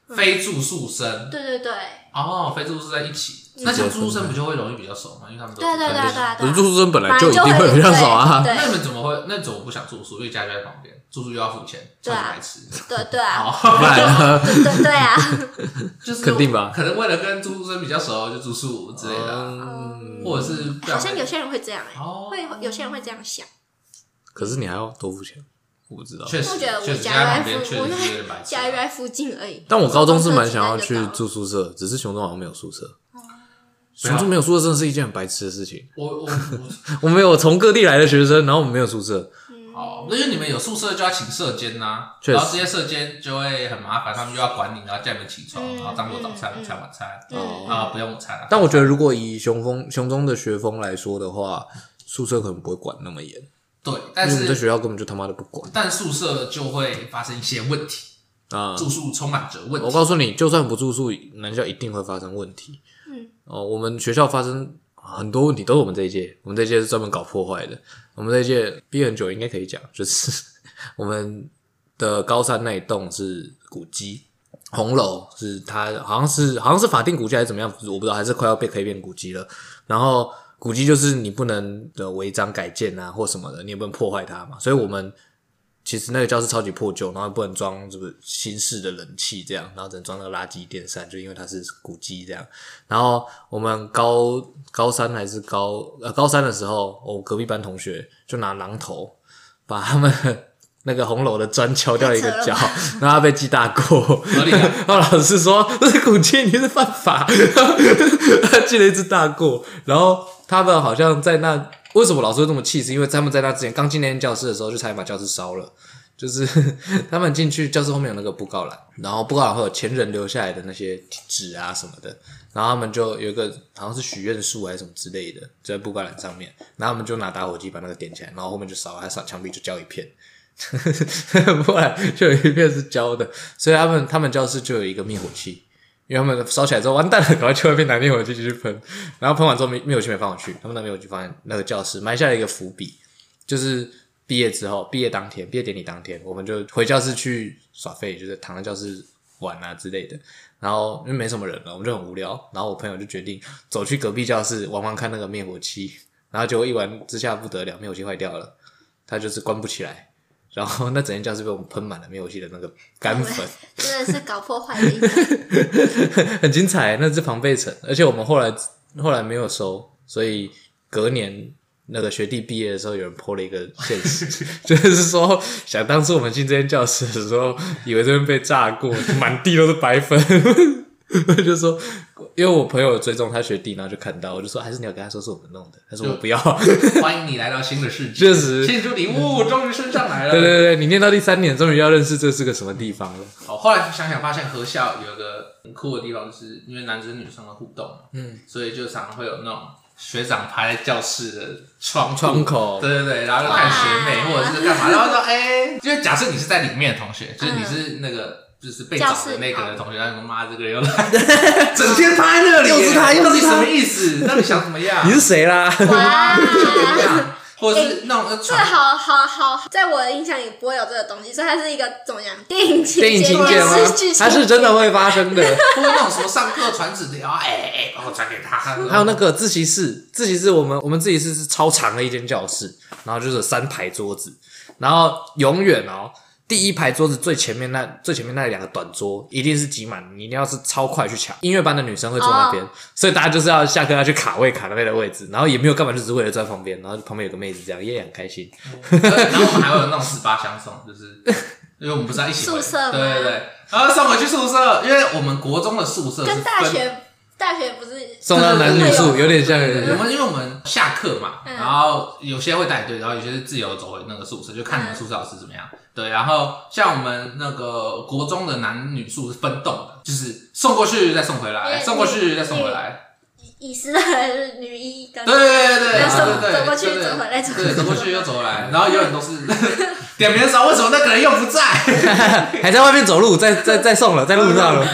非住宿生。 对。 哦，非住宿生一起，那像住宿生不就会容易比较熟吗？因为他们都对。 住宿生本来就一定会比较熟啊。 那你们怎么会？那怎么不想住宿？因为家就在旁边，住宿又要付钱，超级白痴。 对啊。 不然呢？ 对啊。 就是肯定吧？ 可能为了跟住宿生比较熟，就住宿之类的，或者是好像有些人会这样会有些人会这样想。 可是你还要多付钱。我不知道， 确实， 我觉得我家就在附近而已。 但我高中是蛮想要去住宿舍，只是雄中好像没有宿舍。雄中没有宿舍真的是一件很白痴的事情。我们有从各地来的学生，然后我们没有宿舍。 因为你们有宿舍就要请舍监呐，然后这些舍监就会很麻烦，他们就要管你，然后叫你们起床，然后当做早餐、午餐、晚餐，不用午餐。 但我觉得如果以雄中的学风来说的话，宿舍可能不会管那么严。 对，但是我们在学校根本就他妈的不管， 但宿舍就会发生一些问题住宿充满着问题。 我告诉你，就算不住宿，男校一定会发生问题。我们学校发生很多问题，都是我们这一届，我们这一届是专门搞破坏的。我们这一届毕业很久，应该可以讲，就是我们的高三那一栋是古迹，红楼是它好像是法定古迹还是怎么样，我不知道，还是快要可以变古迹了。然后古迹就是你不能的违章改建啊或什么的，你也不能破坏它嘛。所以我们其实那个教室超级破旧，然后不能装新式的冷气这样，然后只能装那个垃圾电扇，就因为它是古迹这样。然后我们高三还是高三的时候，我隔壁班同学就拿榔头把他们那个红楼的砖敲掉一个角，然后他被记大过。然后老师说这是古迹，你是犯法，他记了一只大过。然后他们好像在那，为什么老师会这么气？是因为他们在那之前刚进那间教室的时候，就差点把教室烧了。就是他们进去教室后面有那个布告栏，然后布告栏会有前人留下来的那些纸啊什么的，然后他们就有一个好像是许愿树还是什么之类的，就在布告栏上面，然后他们就拿打火机把那个点起来，然后后面就烧了，他墙壁就焦一片。不然就有一片是焦的，所以他们教室就有一个灭火器，因为他们烧起来之后完蛋了，赶快去外面拿灭火器继续喷，然后喷完之后灭火器没放回去，他们拿灭火器放在那个教室，埋下了一个伏笔，就是毕业典礼当天，我们就回教室去耍废，就是躺在教室玩啊之类的，然后因为没什么人了，我们就很无聊，然后我朋友就决定走去隔壁教室玩看那个灭火器，然后结果一玩之下不得了，灭火器坏掉了，它就是关不起来。然后那整间教室被我们喷满了灭火器的那个干粉， 真的是搞破坏的一个很精彩，那是防备层，而且我们后来没有收，所以隔年那个学弟毕业的时候，有人 po 了一个现实，就是说想当初我们进这间教室的时候，以为这边被炸过，满地都是白粉。我就说，因为我朋友追踪他学弟，然后就看到，我就说还是你要跟他说是我们弄的，他说我不要。 欢迎你来到新的世界， 确实， 庆祝礼物终于升上来了。 对，你念到第3年，终于要认识这是个什么地方了。 后来想想发现合校有个很酷的地方，就是因为男生女生的互动，所以就常常会有那种学长趴在教室的窗口，对，然后就看学妹或者是干嘛，然后说就是假设你是在里面的同学，就是你是那个。就是被找的那个同学，他说妈这个人又来，整天趴在那里， 又是他， 到底什么意思？到底想怎么样？ 你是谁啦？ 哇， 或者是那种这好，在我的印象里不会有这个东西，所以它是一个怎么样电影情节吗？它是真的会发生的， 或者那种什么上课传纸条，帮我传给他。 还有那个自习室，我们自习室是超长的一间教室，然后就是有3排桌子，然后永远第一排桌子最前面那2个短桌一定是挤满，你一定要是超快去抢。音乐班的女生会坐那边，所以大家就是要下课要去卡那边的位置，然后也没有干嘛，就只是为了坐在旁边，然后旁边有个妹子这样也很开心。 然后我们还会有那种18相送，就是因为我们不是要一起宿舍吗？ 对，然后送回去宿舍，因为我们国中的宿舍跟大学不是送到男女宿，有点像。 因为我们下课嘛，然后有些会带队，然后有些是自由走回那个宿舍，就看你们宿舍老师怎么样。对，然后像我们那个国中的男女宿是分栋的，就是送过去再送回来，送过去再送回来。 乙师还是女一跟对， 走过去走回来， 对，走过去又走回来，然后永远都是点名的时候，为什么那个人又不在？ 还在外面走路，再送了，在路上了。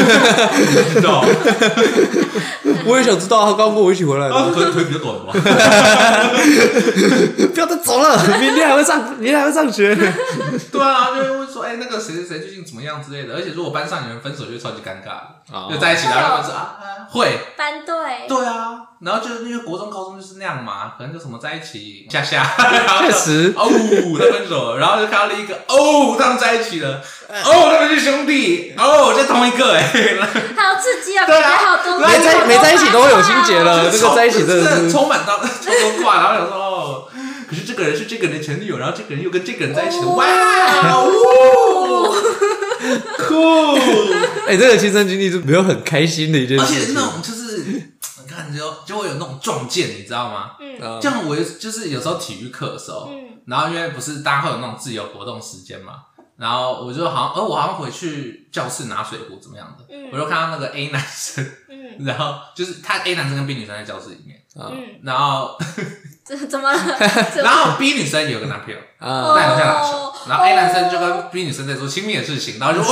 我也想知道他刚跟我一起回来的， 腿比较短吧？ 不要再走了，明天还会上学。 对啊，因为说，那个谁谁谁最近怎么样之类的。而且如果班上有人分手，就会超级尴尬的，就在一起，然后就说会班队， 对啊，然后就因为国中、高中就是那样嘛，可能就什么在一起下， 确实他分手了，然后就看到另一个他们在一起了，他们是兄弟，就同一个好刺激啊！ 对啊， 好多没在一起都会有心结了，这个在一起真的是充满到超多挂，然后想说可是这个人是这个人的前女友，然后这个人又跟这个人在一起了，哇酷！ 这个亲身经历是没有很开心的一件事情， 而且那种就是你看就会有那种撞见，你知道吗？像我就是有时候体育课的时候，然后因为不是大家会有那种自由活动时间嘛，然后我就我好像回去教室拿水壶怎么样的，我就看到那个 A 男生，然后就是他 A 男生跟 B 女生在教室里面，然后怎么了？ 然后 B 女生有个男朋友在楼下打球，然后 A 男生就跟 B 女生在做亲密的事情，然后就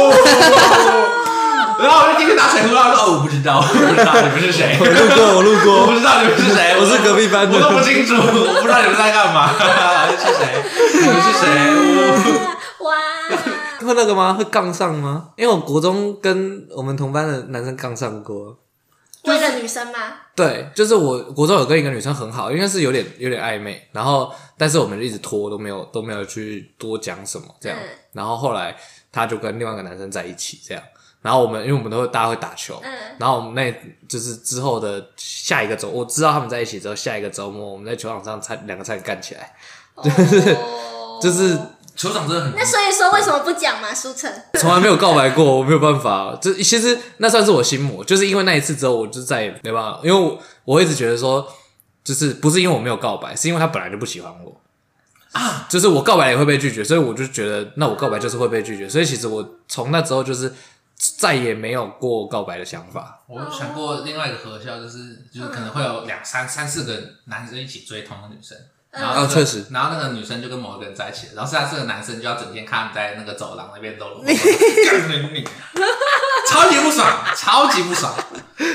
然后我就进去拿水壶，然后说我不知道你们是谁， 我路过， 我不知道你们是谁， 我是隔壁班的， 我都不清楚，我不知道你们在干嘛，是谁？你们是谁？ 哇！ 会那个吗？会杠上吗？因为我国中跟我们同班的男生杠上过。 为了女生吗？ 对，就是我国中有跟一个女生很好，应该是有点暧昧，然后但是我们就一直拖，都没有去多讲什么这样。然后后来他就跟另外一个男生在一起这样。然后因为我们大家会打球，然后我们就是之后的下一个周，我知道他们在一起之后，下一个周末我们在球场上两个差点干起来，就是球场真的很。 那所以说为什么不讲嘛，舒晨？ 从来没有告白过，我没有办法。其实那算是我心魔，就是因为那一次之后，我就再也没办法，因为我一直觉得说，就是不是因为我没有告白，是因为他本来就不喜欢我啊，就是我告白也会被拒绝，所以我就觉得那我告白就是会被拒绝，所以其实我从那之后就是再也没有过告白的想法。 我想过另外一个合校，就是可能会有三四个男生一起追同一个女生。然后确实， 然后那个女生就跟某一个人在一起了，然后这个男生就要整天看他们在那个走廊那边走，超级不爽，超级不爽，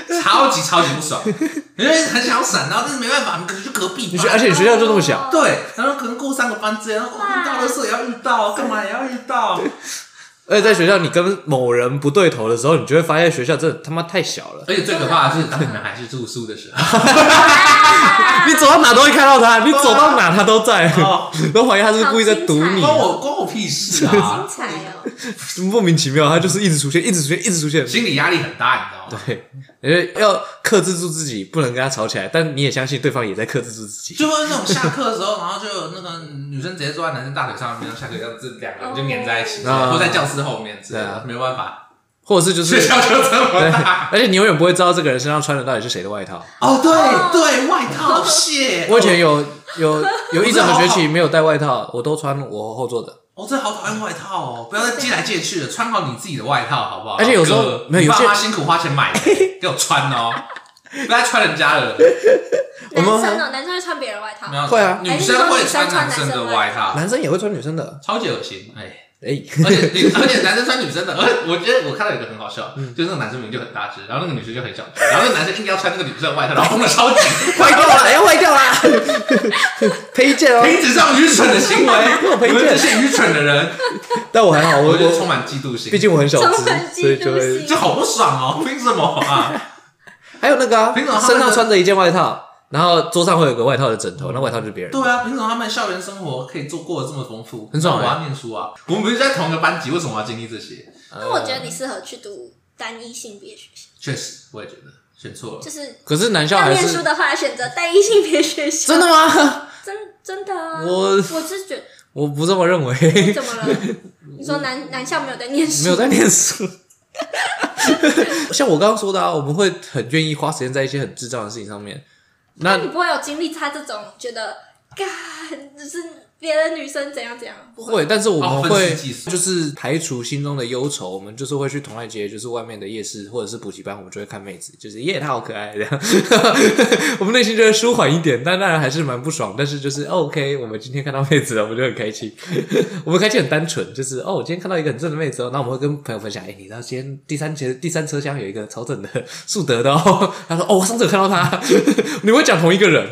因为很想闪，然后但是没办法，可能就隔壁班， 而且学校就那么小， 对，然后可能过3个班之类，然后遇到的时候也要遇到，干嘛也要遇到。 而且在学校，你跟某人不对头的时候，你就会发现学校真的他妈太小了。 而且最可怕的是，当你们还是住宿的时候， 你走到哪都会看到他，你走到哪他都在，都怀疑他是故意在堵你。 关我屁事啊！ 精彩哦， 莫名其妙，他就是一直出现， 心理压力很大，你知道吗？ 对，因为要克制住自己，不能跟他吵起来，但你也相信对方也在克制住自己。 就会那种下课的时候，然后就有那个女生直接坐在男生大腿上面，然后下课这样子两个人就黏在一起，或在教室后面之类的，没有办法。 或者是就是学校就这么大， 而且你永远不会知道这个人身上穿的到底是谁的外套。 哦，对，外套谢。 我以前有一整个学期没有带外套，我都穿我后座的。 我真的好讨厌外套哦！不要再借来借去的，穿好你自己的外套好不好？ 而且有时候没有， 你爸妈辛苦花钱买的，给我穿哦，不要再穿人家的。 男生会穿别人外套， 会啊， 女生会穿男生的外套， 男生也会穿女生的， 超级恶心，而且男生穿女生的，而且我觉得我看到有一个很好笑，就是那个男生明明就很大只，然后那个女生就很小只，然后那个男生硬要穿那个女生的外套，然后缝的超紧， 坏掉了，要坏掉了，赔钱哦！ 停止这种愚蠢的行为，你们这些愚蠢的人。 但我还好， 我就充满嫉妒心， 毕竟我很小只，所以就好不爽哦！凭什么啊？ 还有那个身上穿着一件外套。然后桌上会有个外套的枕头，那外套就是别人的。 对啊，凭什么他们校园生活可以过得这么丰富？ 很爽。 我要念书啊！我们不是在同一个班级，为什么我要经历这些？ 那我觉得你适合去读单一性别学校。 确实，我也觉得选错了。 可是男校还是要念书的话，选择单一性别学校。 真的吗？ 真的啊！ 我是觉得我不这么认为。 怎么了？你说男校没有在念书？ 没有在念书。像我刚刚说的啊，我们会很愿意花时间在一些很智障的事情上面。 那你不会有经历他这种觉得，就是别的女生怎样怎样？不会， 但是我们会就是排除心中的忧愁，我们就是会去同爱街，就是外面的夜市或者是补习班，我们就会看妹子，就是耶，她好可爱这样。我们内心就会舒缓一点，但当然还是蛮不爽。但是就是 OK， 我们今天看到妹子了，我们就很开心。我们开心很单纯，就是我今天看到一个很正的妹子哦，那我们会跟朋友分享，你知道今天第三车厢有一个超正的树德的哦。他说我上次有看到他，你会讲同一个人。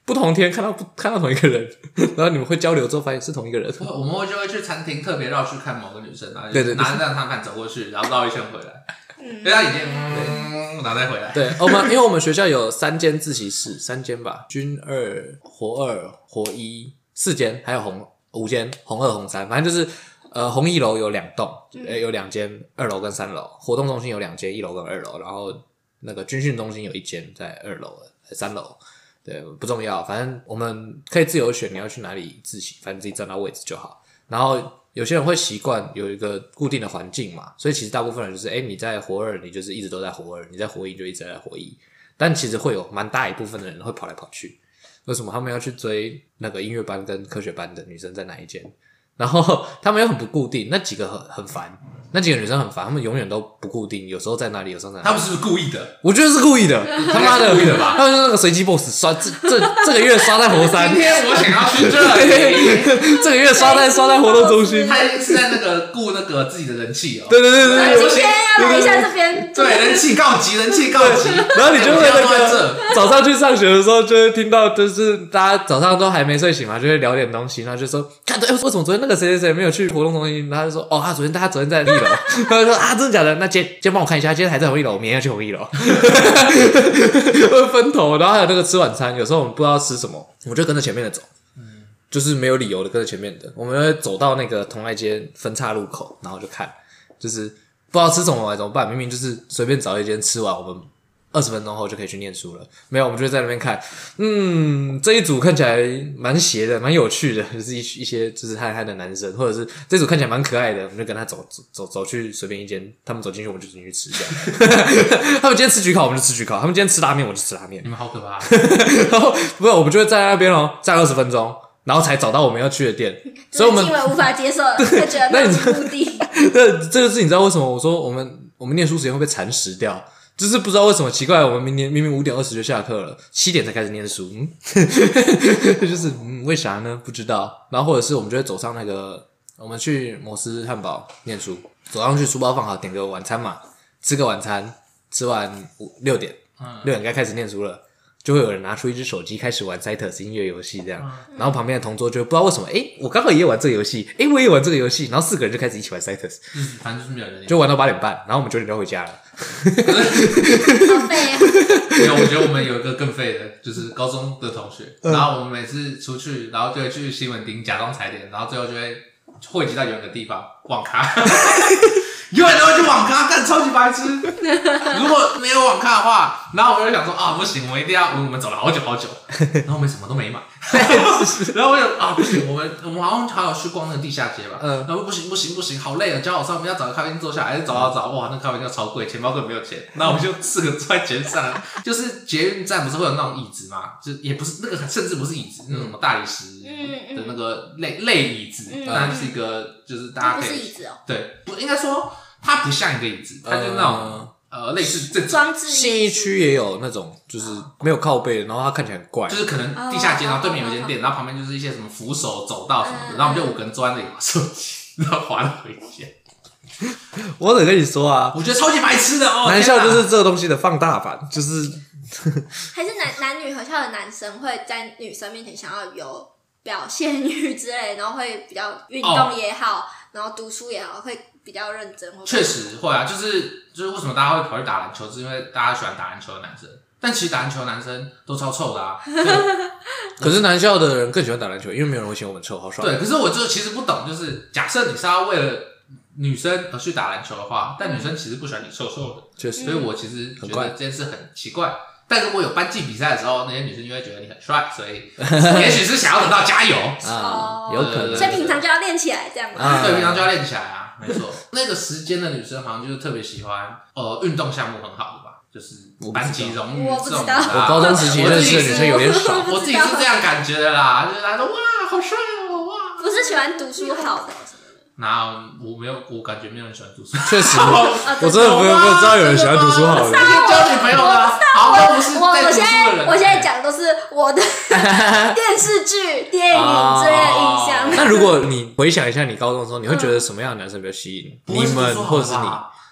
不同天看到同一个人，然后你们会交流之后发现是同一个人。 我们就会去餐厅特别绕去看某个女生，然后对对对拿着这张看走过去，然后绕一圈回来，因为他已经然后再回来。 对，因为我们学校有3间自习室，3间吧，军2、活2、活1 4间，还有5间，红2、红3，反正就是红1楼有2栋，有2间，2楼跟3楼，活动中心有2间，1楼跟2楼，然后那个军训中心有1间在2楼、3楼。对，不重要，反正我们可以自由选你要去哪里自习，反正自己站到位置就好。然后有些人会习惯有一个固定的环境嘛，所以其实大部分人就是你在活2你就是一直都在活2，你在活1就一直在活1，但其实会有蛮大一部分的人会跑来跑去。为什么他们要去追那个音乐班跟科学班的女生在哪一间？然后他们又很不固定，那几个很烦，那几个女生很烦，他们永远都不固定，有时候在哪里，有时候在哪里。 他们是不是故意的？ 我觉得是故意的，他妈的， 故意的吧？ 他们是那个随机 boss 刷这个月刷在活3， 今天我想要去这里， 这个月刷在活动中心， 他是在那个顾那个自己的人气哦。 对， 今天要来一下这边， 对，人气告急，然后你就会那个早上去上学的时候，就会听到，就是大家早上都还没睡醒嘛，就会聊点东西，然后就说，看，为什么昨天那个谁没有去活动中心？他就说，他昨天在1楼，他就说真的假的？那今天帮我看一下，今天还在红1楼，明天要去红1楼，会分头。然后还有那个吃晚餐，有时候我们不知道吃什么，我就跟着前面的走，就是没有理由的跟着前面的，我们会走到那个同爱街分岔路口，然后就看，就是不知道吃什么怎么办？明明就是随便找一间吃完，我们20分钟后就可以去念书了。没有，我们就在那边看，这一组看起来蛮邪的，蛮有趣的，就是一些就是憨憨的男生，或者是这组看起来蛮可爱的，我们就跟他走去随便一间，他们走进去我们就进去吃这样。他们今天吃焗烤，我们就吃焗烤；他们今天吃拉面，我就吃拉面。 你们好可怕！ 然后不是，我们就会站在那边站20分钟。然后才找到我们要去的店，所以我们基本无法接受了，会觉得没有目的。 这就是你知道为什么我说我们念书时间会被蚕食掉，就是不知道为什么奇怪，我们明明5点20就下课了，7点才开始念书，就是为啥呢？不知道。然后或者是我们就会走上那个，我们去摩斯汉堡念书，走上去书包放好，点个晚餐嘛，吃个晚餐，吃完6点，6点该开始念书了。就会有人拿出一只手机开始玩 Cytus 音乐游戏这样，然后旁边的同桌就不知道为什么，我刚好也玩这个游戏，我也玩这个游戏，然后4个人就开始一起玩 Cytus， 反正就是没有人， 就玩到8点半，然后我们9点就回家了。 好废啊！ 没有，我觉得我们有一个更废的，就是高中的同学，然后我们每次出去，然后就会去西门町假装踩点，然后最后就会汇集到有一个地方网咖。永远都会去网咖，干超级白痴。如果没有网咖的话，然后我就想说不行，我一定要，我们走了好久，然后我们什么都没买。然后我就不行，我们好像还有去逛那个地下街吧。然后不行，好累啊！叫我上，我们要找个咖啡店坐下来，找，哇，那咖啡店超贵，钱包根本没有钱。然后我们就4个坐在捷运上，就是捷运站不是会有那种椅子嘛？就也不是那个，甚至不是椅子，那种什么大理石的那个类椅子，但是一个就是大家可以， 不是椅子哦， 对，不应该说。它不像一个椅子，它就是那种类似这装置。 信义区也有那种，就是没有靠背的，然后它看起来很怪， 就是可能地下街，然后对面有一间店，然后旁边就是一些什么扶手、走道什么的，然后我们就5个人坐在那里玩手机，然后滑了回家。 我得跟你说啊， 我觉得超级白痴的哦。 男校就是这个东西的放大版，就是还是男女合校的男生会在女生面前想要有表现欲之类，然后会比较运动也好，然后读书也好，会比较认真。 确实会啊，就是为什么大家会跑去打篮球，是因为大家喜欢打篮球的男生。但其实打篮球的男生都超臭的啊。 可是男校的人更喜欢打篮球，因为没有人会嫌我们臭，好爽。 对，可是我就其实不懂，就是假设你是要为了女生而去打篮球的话，但女生其实不喜欢你臭臭的， 确实。 所以我其实觉得这件事很奇怪。但如果有班级比赛的时候，那些女生就会觉得你很帅，所以也许是想要得到加油有可能。 所以平常就要练起来，这样对，平常就要练起来啊，没错。那个时间的女生好像就是特别喜欢运动项目很好的吧，就是班级荣誉这种的。 我高中时期认识的女生有点少， 我自己是这样感觉的啦，就是大家说哇好帅哦哇， 不是喜欢读书好的。 那我感觉没有人喜欢读书。 确实，我真的没有知道有人喜欢读书好的。 交女朋友的，好像不是在读书的人。 我现在讲的都是我的电视剧、电影之类的印象。 那如果你回想一下你高中的时候，你会觉得什么样的男生比较吸引你们，或者是你？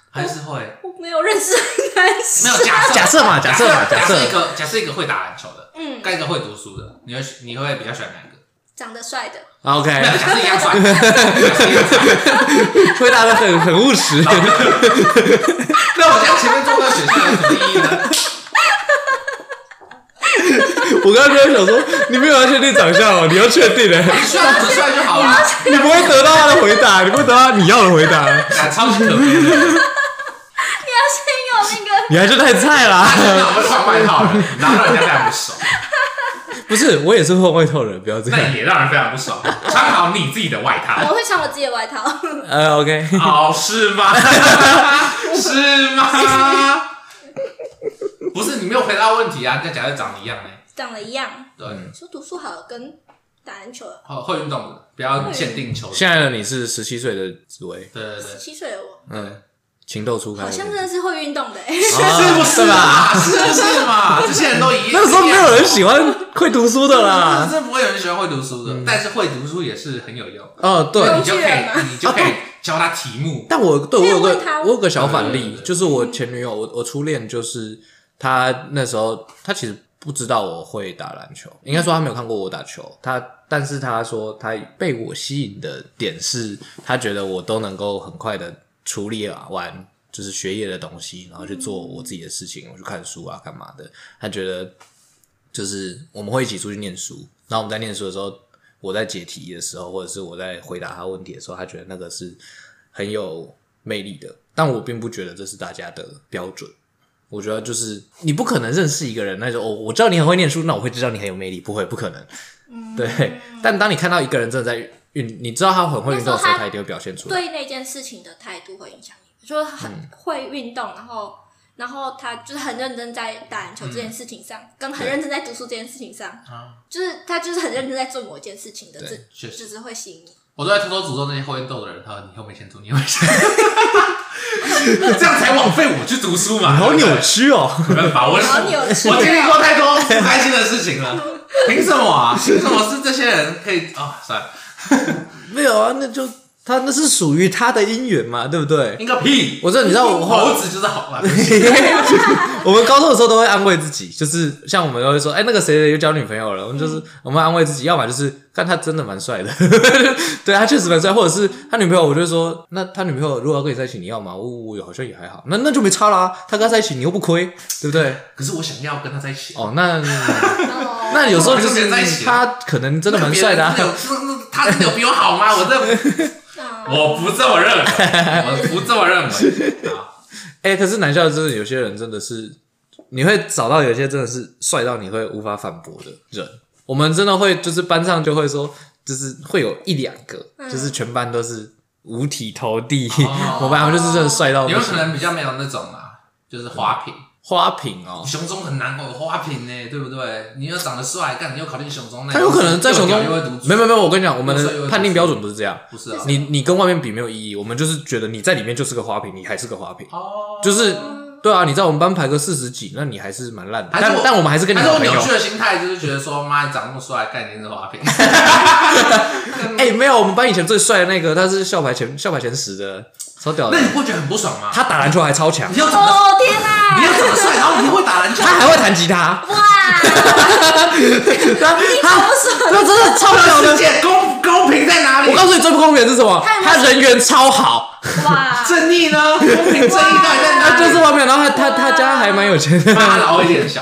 还是会？ 我没有认识的男生。 没有假设一个会打篮球的，跟一个会读书的，你会比较喜欢哪一个？ 长得帅的。 OK， 没有假设一样帅， 回答的很务实。 那我这样前面做到选项有什么意义呢？ 我刚刚就在想说，你没有要确定长相哦，你要确定的。 你需要长得帅就好了， 你不会得到他的回答，你不会得到你要的回答。 超级可悲的。 你要先有那个。 你还是太菜啦！ 我会穿外套的，然后让人家非常不爽。 不是，我也是换外套的人，不要这样。 那也让人非常不爽。穿好你自己的外套。 我会穿我自己的外套。 OK。 哦，是吗？是吗？不是，你没有回答问题啊！跟假设长得一样呢？ 长得一样。 对。 说读书好了，跟打篮球的。 会运动的，不要限定球。 现在的你是17岁的紫薇。 对。 17岁的我。 情窦初开。 好像真的是会运动的， 是不是嘛？是嘛？这些人都一样。 那个时候没有人喜欢会读书的啦。 真的不会有人喜欢会读书的，但是会读书也是很有用。 对， 你就可以教他题目。 但我有个小反例，就是我前女友，我初恋就是她那时候，她其实不知道我会打篮球，应该说她没有看过我打球，但是她说她被我吸引的点是，她觉得我都能够很快的处理完就是学业的东西，然后去做我自己的事情，我去看书啊干嘛的。她觉得就是我们会一起出去念书，然后我们在念书的时候，我在解题的时候，或者是我在回答她问题的时候，她觉得那个是很有魅力的，但我并不觉得这是大家的标准。我觉得就是你不可能认识一个人，那就我知道你很会念书，那我会知道你很有魅力，不可能。对。但当你看到一个人真的在你知道他很会运动的时候，他一定会表现出来。 对那件事情的态度会影响你，说很会运动，然后他就是很认真在打篮球这件事情上，跟很认真在读书这件事情上，就是他就是很认真在做某一件事情的，就是会吸引你。 我都在偷偷诅咒那些会运动的人，他说你以后没钱读，你以后没钱，这样才枉费我去读书嘛。 你好扭曲哦！ 没办法，我经历过太多不开心的事情了，凭什么啊？凭什么是这些人可以算了， 没有啊，那是属于他的姻缘嘛，对不对？ 应个屁！ 你知道我猴子就是好了。 我们高中的时候都会安慰自己，就是像我们都会说，那个谁又交女朋友了，我们就是我们安慰自己，要么就是看他真的蛮帅的，对他确实蛮帅，或者是他女朋友，我就说，那他女朋友如果要跟你在一起，你要吗？我好像也还好，那就没差啦，他跟他在一起你又不亏，对不对？ 可是我想要跟他在一起。 那有时候就是他可能真的蛮帅的啊。 他真的有比我好吗？我不这么认为， 可是男校真的有些人真的是，你会找到有些真的是帅到你会无法反驳的人。我们真的会就是班上就会说，就是会有一两个，就是全班都是五体投地。我班他们就是真的帅到不行。 有可能比较没有那种就是花瓶。 花瓶哦， 熊中很难有花瓶呢，对不对？你又长得帅，你又考进熊中那， 他有可能在熊中没有，我跟你讲，我们的判定标准不是这样， 不是啊。 你跟外面比没有意义，我们就是觉得你在里面就是个花瓶，你还是个花瓶，就是对啊，你在我们班排个40几，那你还是蛮烂的。但我们还是跟你好朋友。 还是我扭曲的心态就是觉得说，妈，你长那么帅，干你是花瓶。 没有，我们班以前最帅的那个，他是校排前10的。超屌的！ 那你不觉得很不爽吗？ 他打篮球还超强。 天哪！ 你又长得帅，然后你会打篮球， 他还会弹吉他。 哇！ 他真的超屌的。 世界公平在哪里？ 我告诉你最不公平的是什么？他人缘超好。 哇！ 正义呢？公平正义到底在哪里？ 就是外面，然后他家还蛮有钱的。 妈老一点小。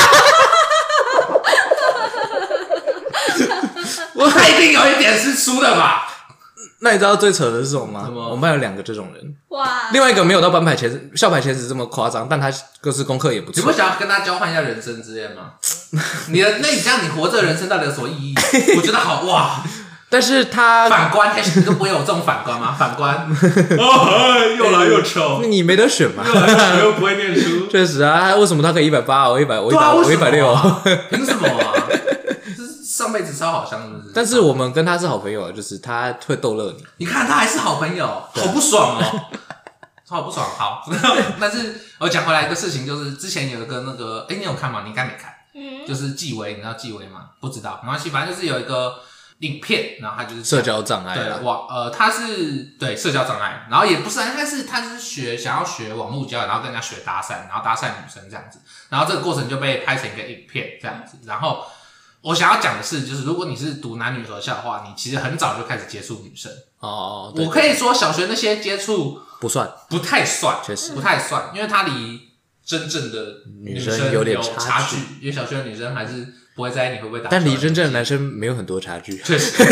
他一定有一点是输的吧？ 那你知道最扯的是什么吗？我们班有2个这种人， 哇！ 另外一个没有到校排前10这么夸张，但他就是功课也不错。 你不想要跟他交换一下人生之类吗？那你这样你活着的人生到底有什么意义？我觉得好哇！ 但是他反观，你都不会有这种反观吗？反观，又来又丑， 你没得选嘛？ 又来又丑又不会念书， 确实啊，为什么他可以180，我160？ 凭什么啊？上辈子超好相，是不是？ 但是我们跟他是好朋友，就是他会逗乐你。 你看他还是好朋友，好不爽哦，超不爽。好，但是我讲回来一个事情，就是之前有一个那个，你有看吗？你应该没看，就是纪薇，你知道纪薇吗？不知道，没关系，反正就是有影片，然后他就是社交障碍啦， 对他是对社交障碍，然后也不是，他是想要学网络交友，然后跟人家学搭讪，然后搭讪女生这样子，然后这个过程就被拍成一个影片这样子。然后我想要讲的是，就是如果你是读男女合校的话，你其实很早就开始接触女生。 哦， 我可以说小学那些接触不太算， 确实不太算，因为它离真正的女生有点差距，因为小学的女生还是不会在意你会不会打， 但离真正的男生没有很多差距， 确实。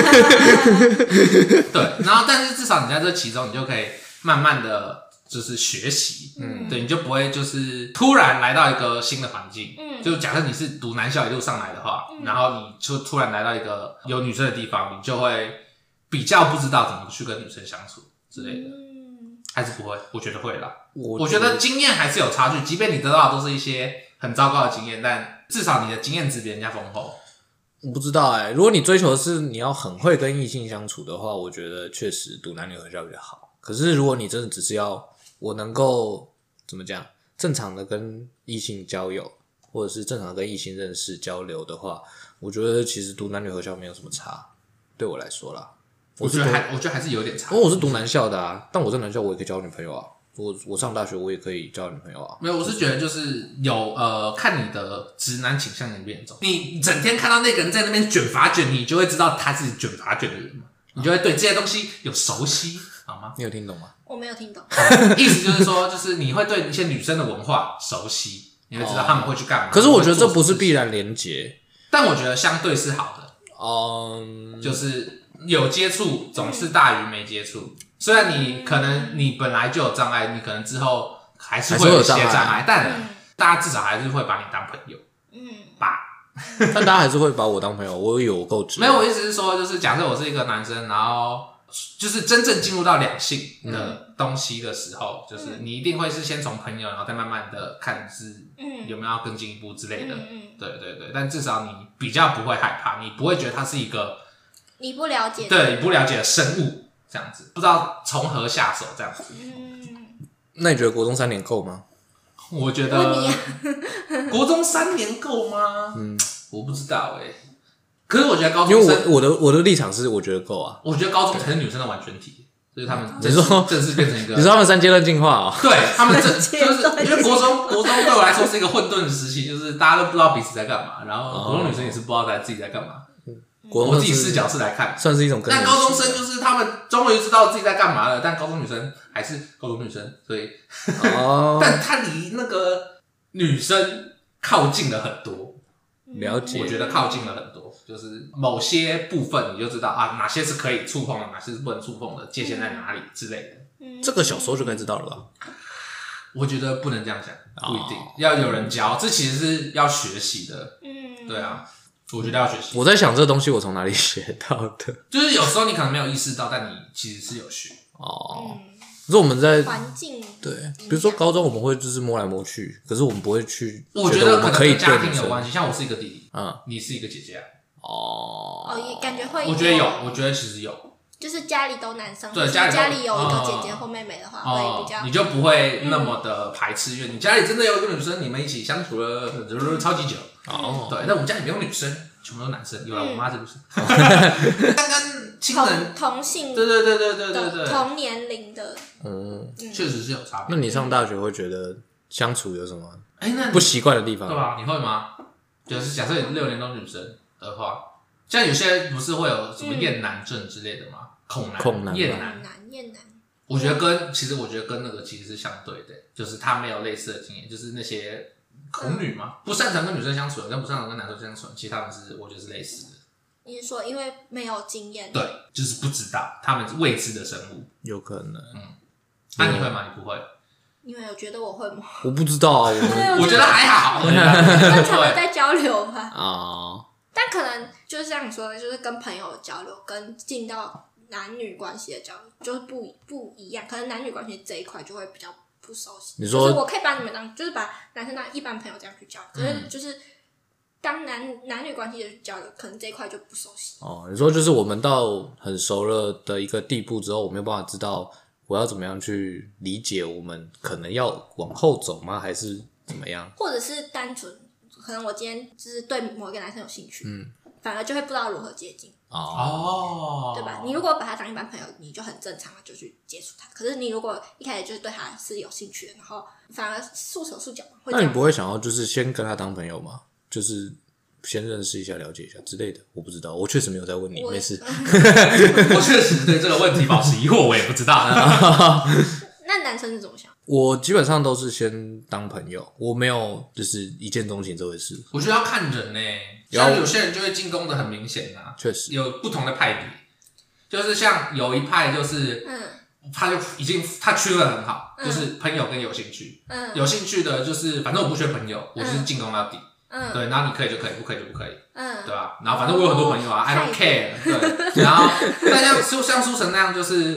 对，然后但是至少你在这其中，你就可以慢慢的就是学习，对，你就不会就是突然来到一个新的环境，就假设你是读男校一路上来的话，然后你就突然来到一个有女生的地方，你就会比较不知道怎么去跟女生相处之类的。还是不会，我觉得会啦。我觉得经验还是有差距，即便你得到的都是一些很糟糕的经验，但至少你的经验值比人家丰厚。 我不知道如果你追求的是你要很会跟异性相处的话，我觉得确实读男女合校比较好。可是如果你真的只是要我能够怎么讲，正常的跟异性交友，或者是正常的跟异性认识交流的话，我觉得其实读男女合校没有什么差，对我来说啦。 我觉得还是有点差， 因为我是读男校的啊，但我在男校我也可以交女朋友啊。我上大学我也可以交女朋友啊。 没有，我是觉得就是有看你的直男倾向严不严重。你整天看到那个人在那边卷发卷，你就会知道他是卷发卷的人嘛，你就会对这些东西有熟悉，好吗？ 你有听懂吗？ 我没有听懂。 意思就是说，就是你会对一些女生的文化熟悉，你会知道他们会去干嘛。 可是我觉得这不是必然连结， 但我觉得相对是好的。就是有接触总是大于没接触。虽然你可能你本来就有障碍，你可能之后还是会有一些障碍，但大家至少还是会把你当朋友。 但大家还是会把我当朋友，我以为我够直。 没有，我意思是说，就是假设我是一个男生，然后就是真正进入到两性的东西的时候，就是你一定会是先从朋友，然后再慢慢的看是有没有要更进一步之类的。对对对，但至少你比较不会害怕，你不会觉得他是一个你不了解， 对你不了解的生物这样子，不知道从何下手这样子。 那你觉得国中3年够吗？ 我觉得国中3年够吗？我不知道可是我觉得高中生， 因为我的立场是我觉得够啊。 我觉得高中才是女生的完全体，就是他们正式变成一个， 你说他们3阶段进化哦？ 对，他们就是因为国中对我来说是一个混沌的时期，就是大家都不知道彼此在干嘛，然后国中女生也是不知道自己在干嘛。我自己视角是来看， 算是一种更。 但高中生就是他们终于知道自己在干嘛了，但高中女生还是高中女生，所以但他离那个女生靠近了很多。 了解， 我觉得靠近了很多，就是某些部分你就知道哪些是可以触碰的，哪些是不能触碰的，界限在哪里之类的。 这个小时候就该知道了吧？ 我觉得不能这样讲，不一定要有人教，这其实是要学习的。对啊。我觉得要学习。我在想这东西我从哪里学到的， 就是有时候你可能没有意识到，但你其实是有学。 可是我们在环境对，比如说高中我们会就是摸来摸去，可是我们不会去。 我觉得我们可以跟家庭有关系，像我是一个弟弟，你是一个姐姐也感觉会。 我觉得有，我觉得其实有。 就是家里都男生， 对， 家里有一个姐姐或妹妹的话，会比较你就不会那么的排斥，因为你家里真的有一个女生，你们一起相处了超级久。对，那我们家里没有女生，全部都是男生，有了我妈是不是？刚刚亲人同性， 对， 同年龄的， 确实是有差别。 那你上大学会觉得相处有什么那不习惯的地方？ 对吧？你会吗？就是假设6年都女生的话，像有些不是会有什么厌男症之类的吗？恐男、厌男。我觉得其实跟那个其实是相对的，就是他没有类似的经验，就是那些恐女嘛，不擅长跟女生相处，跟不擅长跟男生相处，其实他们是我觉得是类似的。 你是说因为没有经验？ 对，就是不知道，他们是未知的生物， 有可能。 那你会吗？你不会？ 你们有觉得我会吗？ 我不知道啊， 我觉得还好， 正常的在交流吧。但可能就是像你说的，就是跟朋友的交流，跟进到男女关系的交流，就是不一样。可能男女关系这一块就会比较不熟悉。 你说， 就是我可以把你们当，就是把男生当一般朋友这样去交流，可是就是当男女关系的交流，可能这一块就不熟悉。 你说就是我们到很熟了的一个地步之后，我没有办法知道我要怎么样去理解我们可能要往后走吗？还是怎么样？ 或者是单纯，可能我今天就是对某一个男生有兴趣， 反而就会不知道如何接近。对吧？你如果把他当一般朋友，你就很正常的就去接触他。可是你如果一开始就是对他是有兴趣的，然后反而束手束脚， 那你不会想要就是先跟他当朋友吗？就是先认识一下、了解一下之类的？我不知道，我确实没有在问你，没事。 我确实对这个问题保持疑惑，我也不知道。 那男生是怎么想？ 我基本上都是先当朋友，我没有就是一见钟情这回事。 我觉得要看人像有些人就会进攻的很明显啊， 确实有不同的派别，就是像有一派就是，他就已经他区分很好，就是朋友跟有兴趣，有兴趣的就是反正我不缺朋友，我就是进攻到底，对，然后你可以就可以，不可以就不可以，对吧？然后反正我有很多朋友啊，I don't care， 对，然后但像书成那样就是。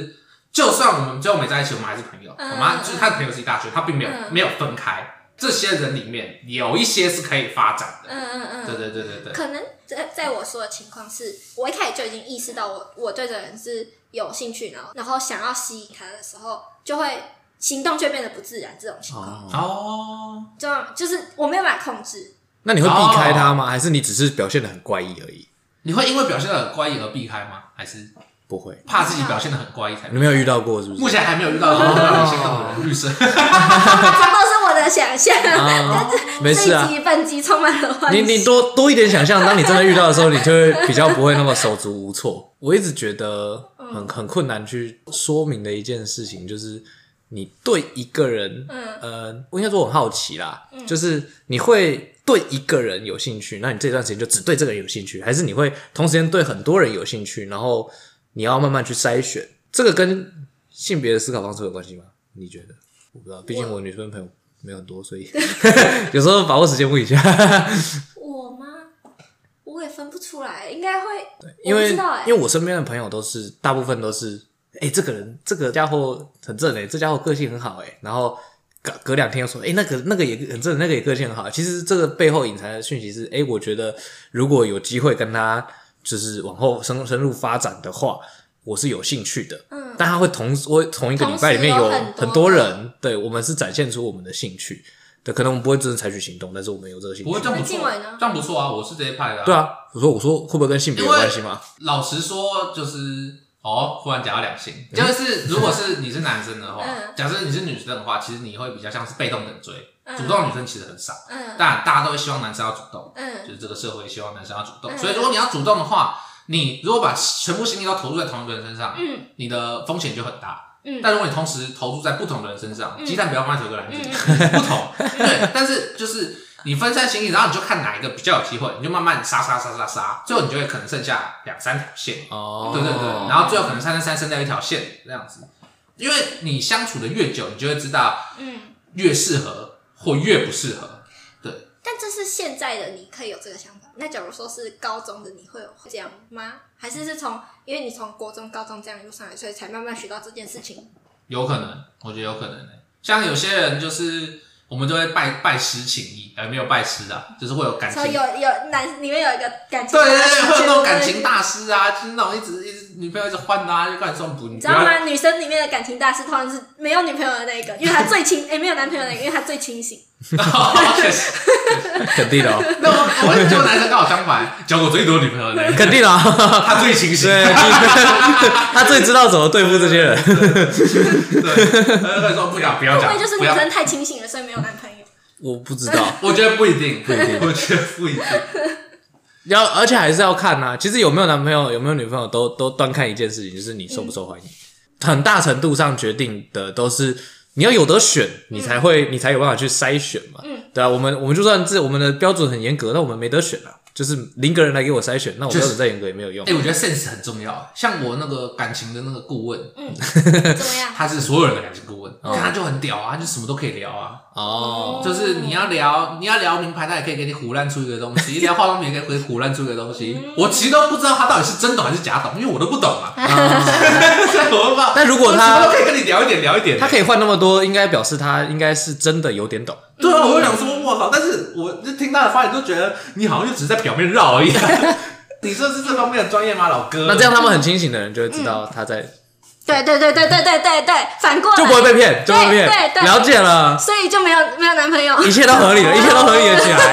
就算我们最后没在一起，我们还是朋友。我们就是他的朋友是大学，他并没有分开。这些人里面有一些是可以发展的。对。 可能在我说的情况是，我一开始就已经意识到我对这个人是有兴趣，然后想要吸引他的时候，就会行动却变得不自然。这种情况就是我没有办法控制。 那你会避开他吗？还是你只是表现得很怪异而已？ 你会因为表现得很怪异而避开吗？还是？ 不会， 怕自己表现得很怪异才。 你没有遇到过是不是？ 目前还没有遇到过心动的人，律师。 这都是我的想象。 没事啊， 本集充满了幻想。 你多一点想象，当你真的遇到的时候，你就会比较不会那么手足无措。我一直觉得很困难去说明的一件事情，就是你对一个人，我应该说我很好奇啦，就是你会对一个人有兴趣，那你这段时间就只对这个人有兴趣，还是你会同时间对很多人有兴趣，然后你要慢慢去筛选？这个跟性别的思考方式有关系吗？你觉得？我不知道，毕竟我女生朋友没有很多，所以有时候把握时间问一下。 我吗？我也分不出来，应该会。 对，因为我身边的朋友大部分都是，这个家伙很正这家伙个性很好然后隔2天又说，那个也很正，那个也个性很好。其实这个背后隐藏的讯息是，我觉得如果有机会跟他就是往后深入发展的话，我是有兴趣的。但他会同一个礼拜里面有很多人，对，我们是展现出我们的兴趣。对，可能我们不会真的采取行动，但是我们有这个兴趣。 不会这样不错，这样不错啊！我是这一派的。 对啊，我说会不会跟性别有关系吗？ 老实说，就是忽然讲到两性，就是如果是你是男生的话，假设你是女生的话，其实你会比较像是被动等追，主动的女生其实很少。但大家都会希望男生要主动，就是这个社会希望男生要主动。所以如果你要主动的话，你如果把全部心力都投入在同一个人身上，你的风险就很大。但如果你同时投注在不同的人身上，鸡蛋不要放在同一个篮子里，不同。对，但是就是你分散心力，然后你就看哪一个比较有机会，你就慢慢杀，最后你就会可能剩下2-3条线。对，然后最后可能3-3剩掉1条线这样子。因为你相处的越久，你就会知道，越适合或越不适合。对。 但这是现在的你可以有这个想法，那假如说是高中的你会有这样吗？还是因为你从国中、高中这样一路上来，所以才慢慢学到这件事情？ 有可能，我觉得有可能像有些人就是我们就会拜师请艺，没有拜师啊，就是会有感情。 里面有一个感情大师，对，会有那种感情大师啊，就是那种一直女朋友一直换啊，就跟你说你知道吗？女生里面的感情大师通常是没有女朋友的那个，因为他最清没有男朋友的那个，因为他最清醒。 确实， 肯定的。 那我就男生刚好相反，交过最多女朋友的那个， 肯定的。 他最清醒， 他最知道怎么对付这些人。 对，他说不要讲， 会不会就是女生太清醒了，所以没有男朋友？ 我不知道， 我觉得不一定，我觉得不一定。 而且还是要看啊。其实有没有男朋友、有没有女朋友，都端看一件事情，就是你受不受欢迎。很大程度上决定的都是你要有得选，你才有办法去筛选嘛。对啊，我们就算我们的标准很严格，但我们没得选啊。就是0个人来给我筛选，那我标准再严格也没有用。 我觉得 sense 很重要。像我那个感情的那个顾问， 怎么样？ 他是所有人的感情顾问，他就很屌啊，他就什么都可以聊啊。就是你要聊名牌，他也可以给你唬烂出一个东西；你聊化妆品，也可以唬烂出一个东西。我其实都不知道他到底是真懂还是假懂，因为我都不懂啊。所以我不知道。 但如果他什么都可以跟你聊一点， 他可以换那么多，应该表示他应该是真的有点懂。 对啊，我就想说，我靠！但是我就听他的发言，就觉得你好像就只是在表面绕而已。你说是这方面的专业吗，老哥？ 那这样他们很清醒的人就会知道他在。 对，反过来就不会被骗，对，了解了， 所以就没有男朋友， 一切都合理了，一切都合理了起来。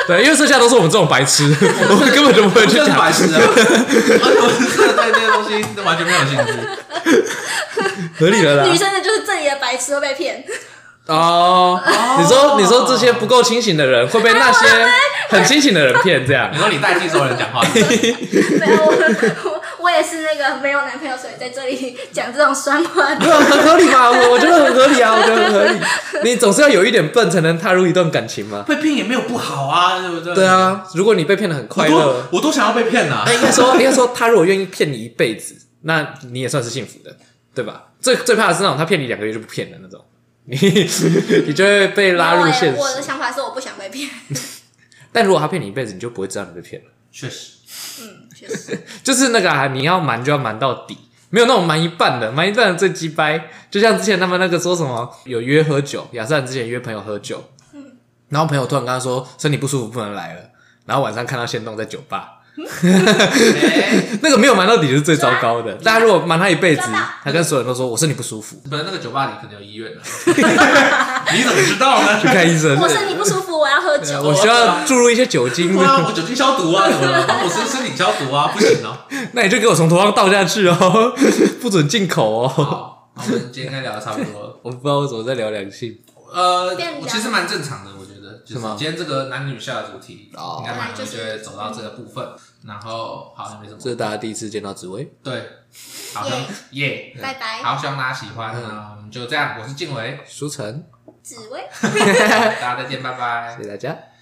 对，因为剩下都是我们这种白痴，我们根本就不会去讲白痴啊，而且我是真的对这些东西完全没有兴趣， 合理了啦。 女生的就是这里的白痴会被骗。 哦，你说这些不够清醒的人会被那些很清醒的人骗，这样？ 你说你代替所有人讲话？ 没有，我也是那个没有男朋友，所以在这里讲这种酸话。 没有很合理嘛？我觉得很合理啊，我觉得很合理。你总是要有一点笨，才能踏入一段感情嘛。 被骗也没有不好啊，对不对？ 对啊，如果你被骗得很快乐， 我都想要被骗啊。 那应该说，他如果愿意骗你一辈子，那你也算是幸福的，对吧？最怕的是那种他骗你2个月就不骗的那种。你就会被拉入现实。 我的想法是我不想被骗。 但如果他骗你一辈子，你就不会知道你被骗了。 确实， 确实， 就是那个你要瞒就要瞒到底，没有那种瞒一半的，瞒一半的最鸡掰。就像之前他们那个说什么有约喝酒，亚瑟兰之前约朋友喝酒，然后朋友突然跟他说身体不舒服不能来了，然后晚上看到限动在酒吧。那个没有瞒到底就是最糟糕的。大家如果瞒他一辈子，他跟所有人都说我身体不舒服， 不是那个酒吧里可能有医院的，你怎么知道呢？ 去看医生。 我身体不舒服，我要喝酒， 我需要注入一些酒精。 我酒精消毒啊，怎么了？帮我身体消毒啊，不行哦。 那你就给我从头上倒下去哦，不准进口哦。 好，我们今天应该聊得差不多了。 我不知道为什么在聊两性。 我其实蛮正常的，我觉得，就是今天这个男女校的主题，应该蛮容易就会走到这个部分。然后好像没什么， 这是大家第一次见到紫薇， 对，好像耶， 拜拜， 好，希望大家喜欢，那我们就这样，我是静伟， 舒晨， 紫薇， 大家再见，拜拜， 谢谢大家。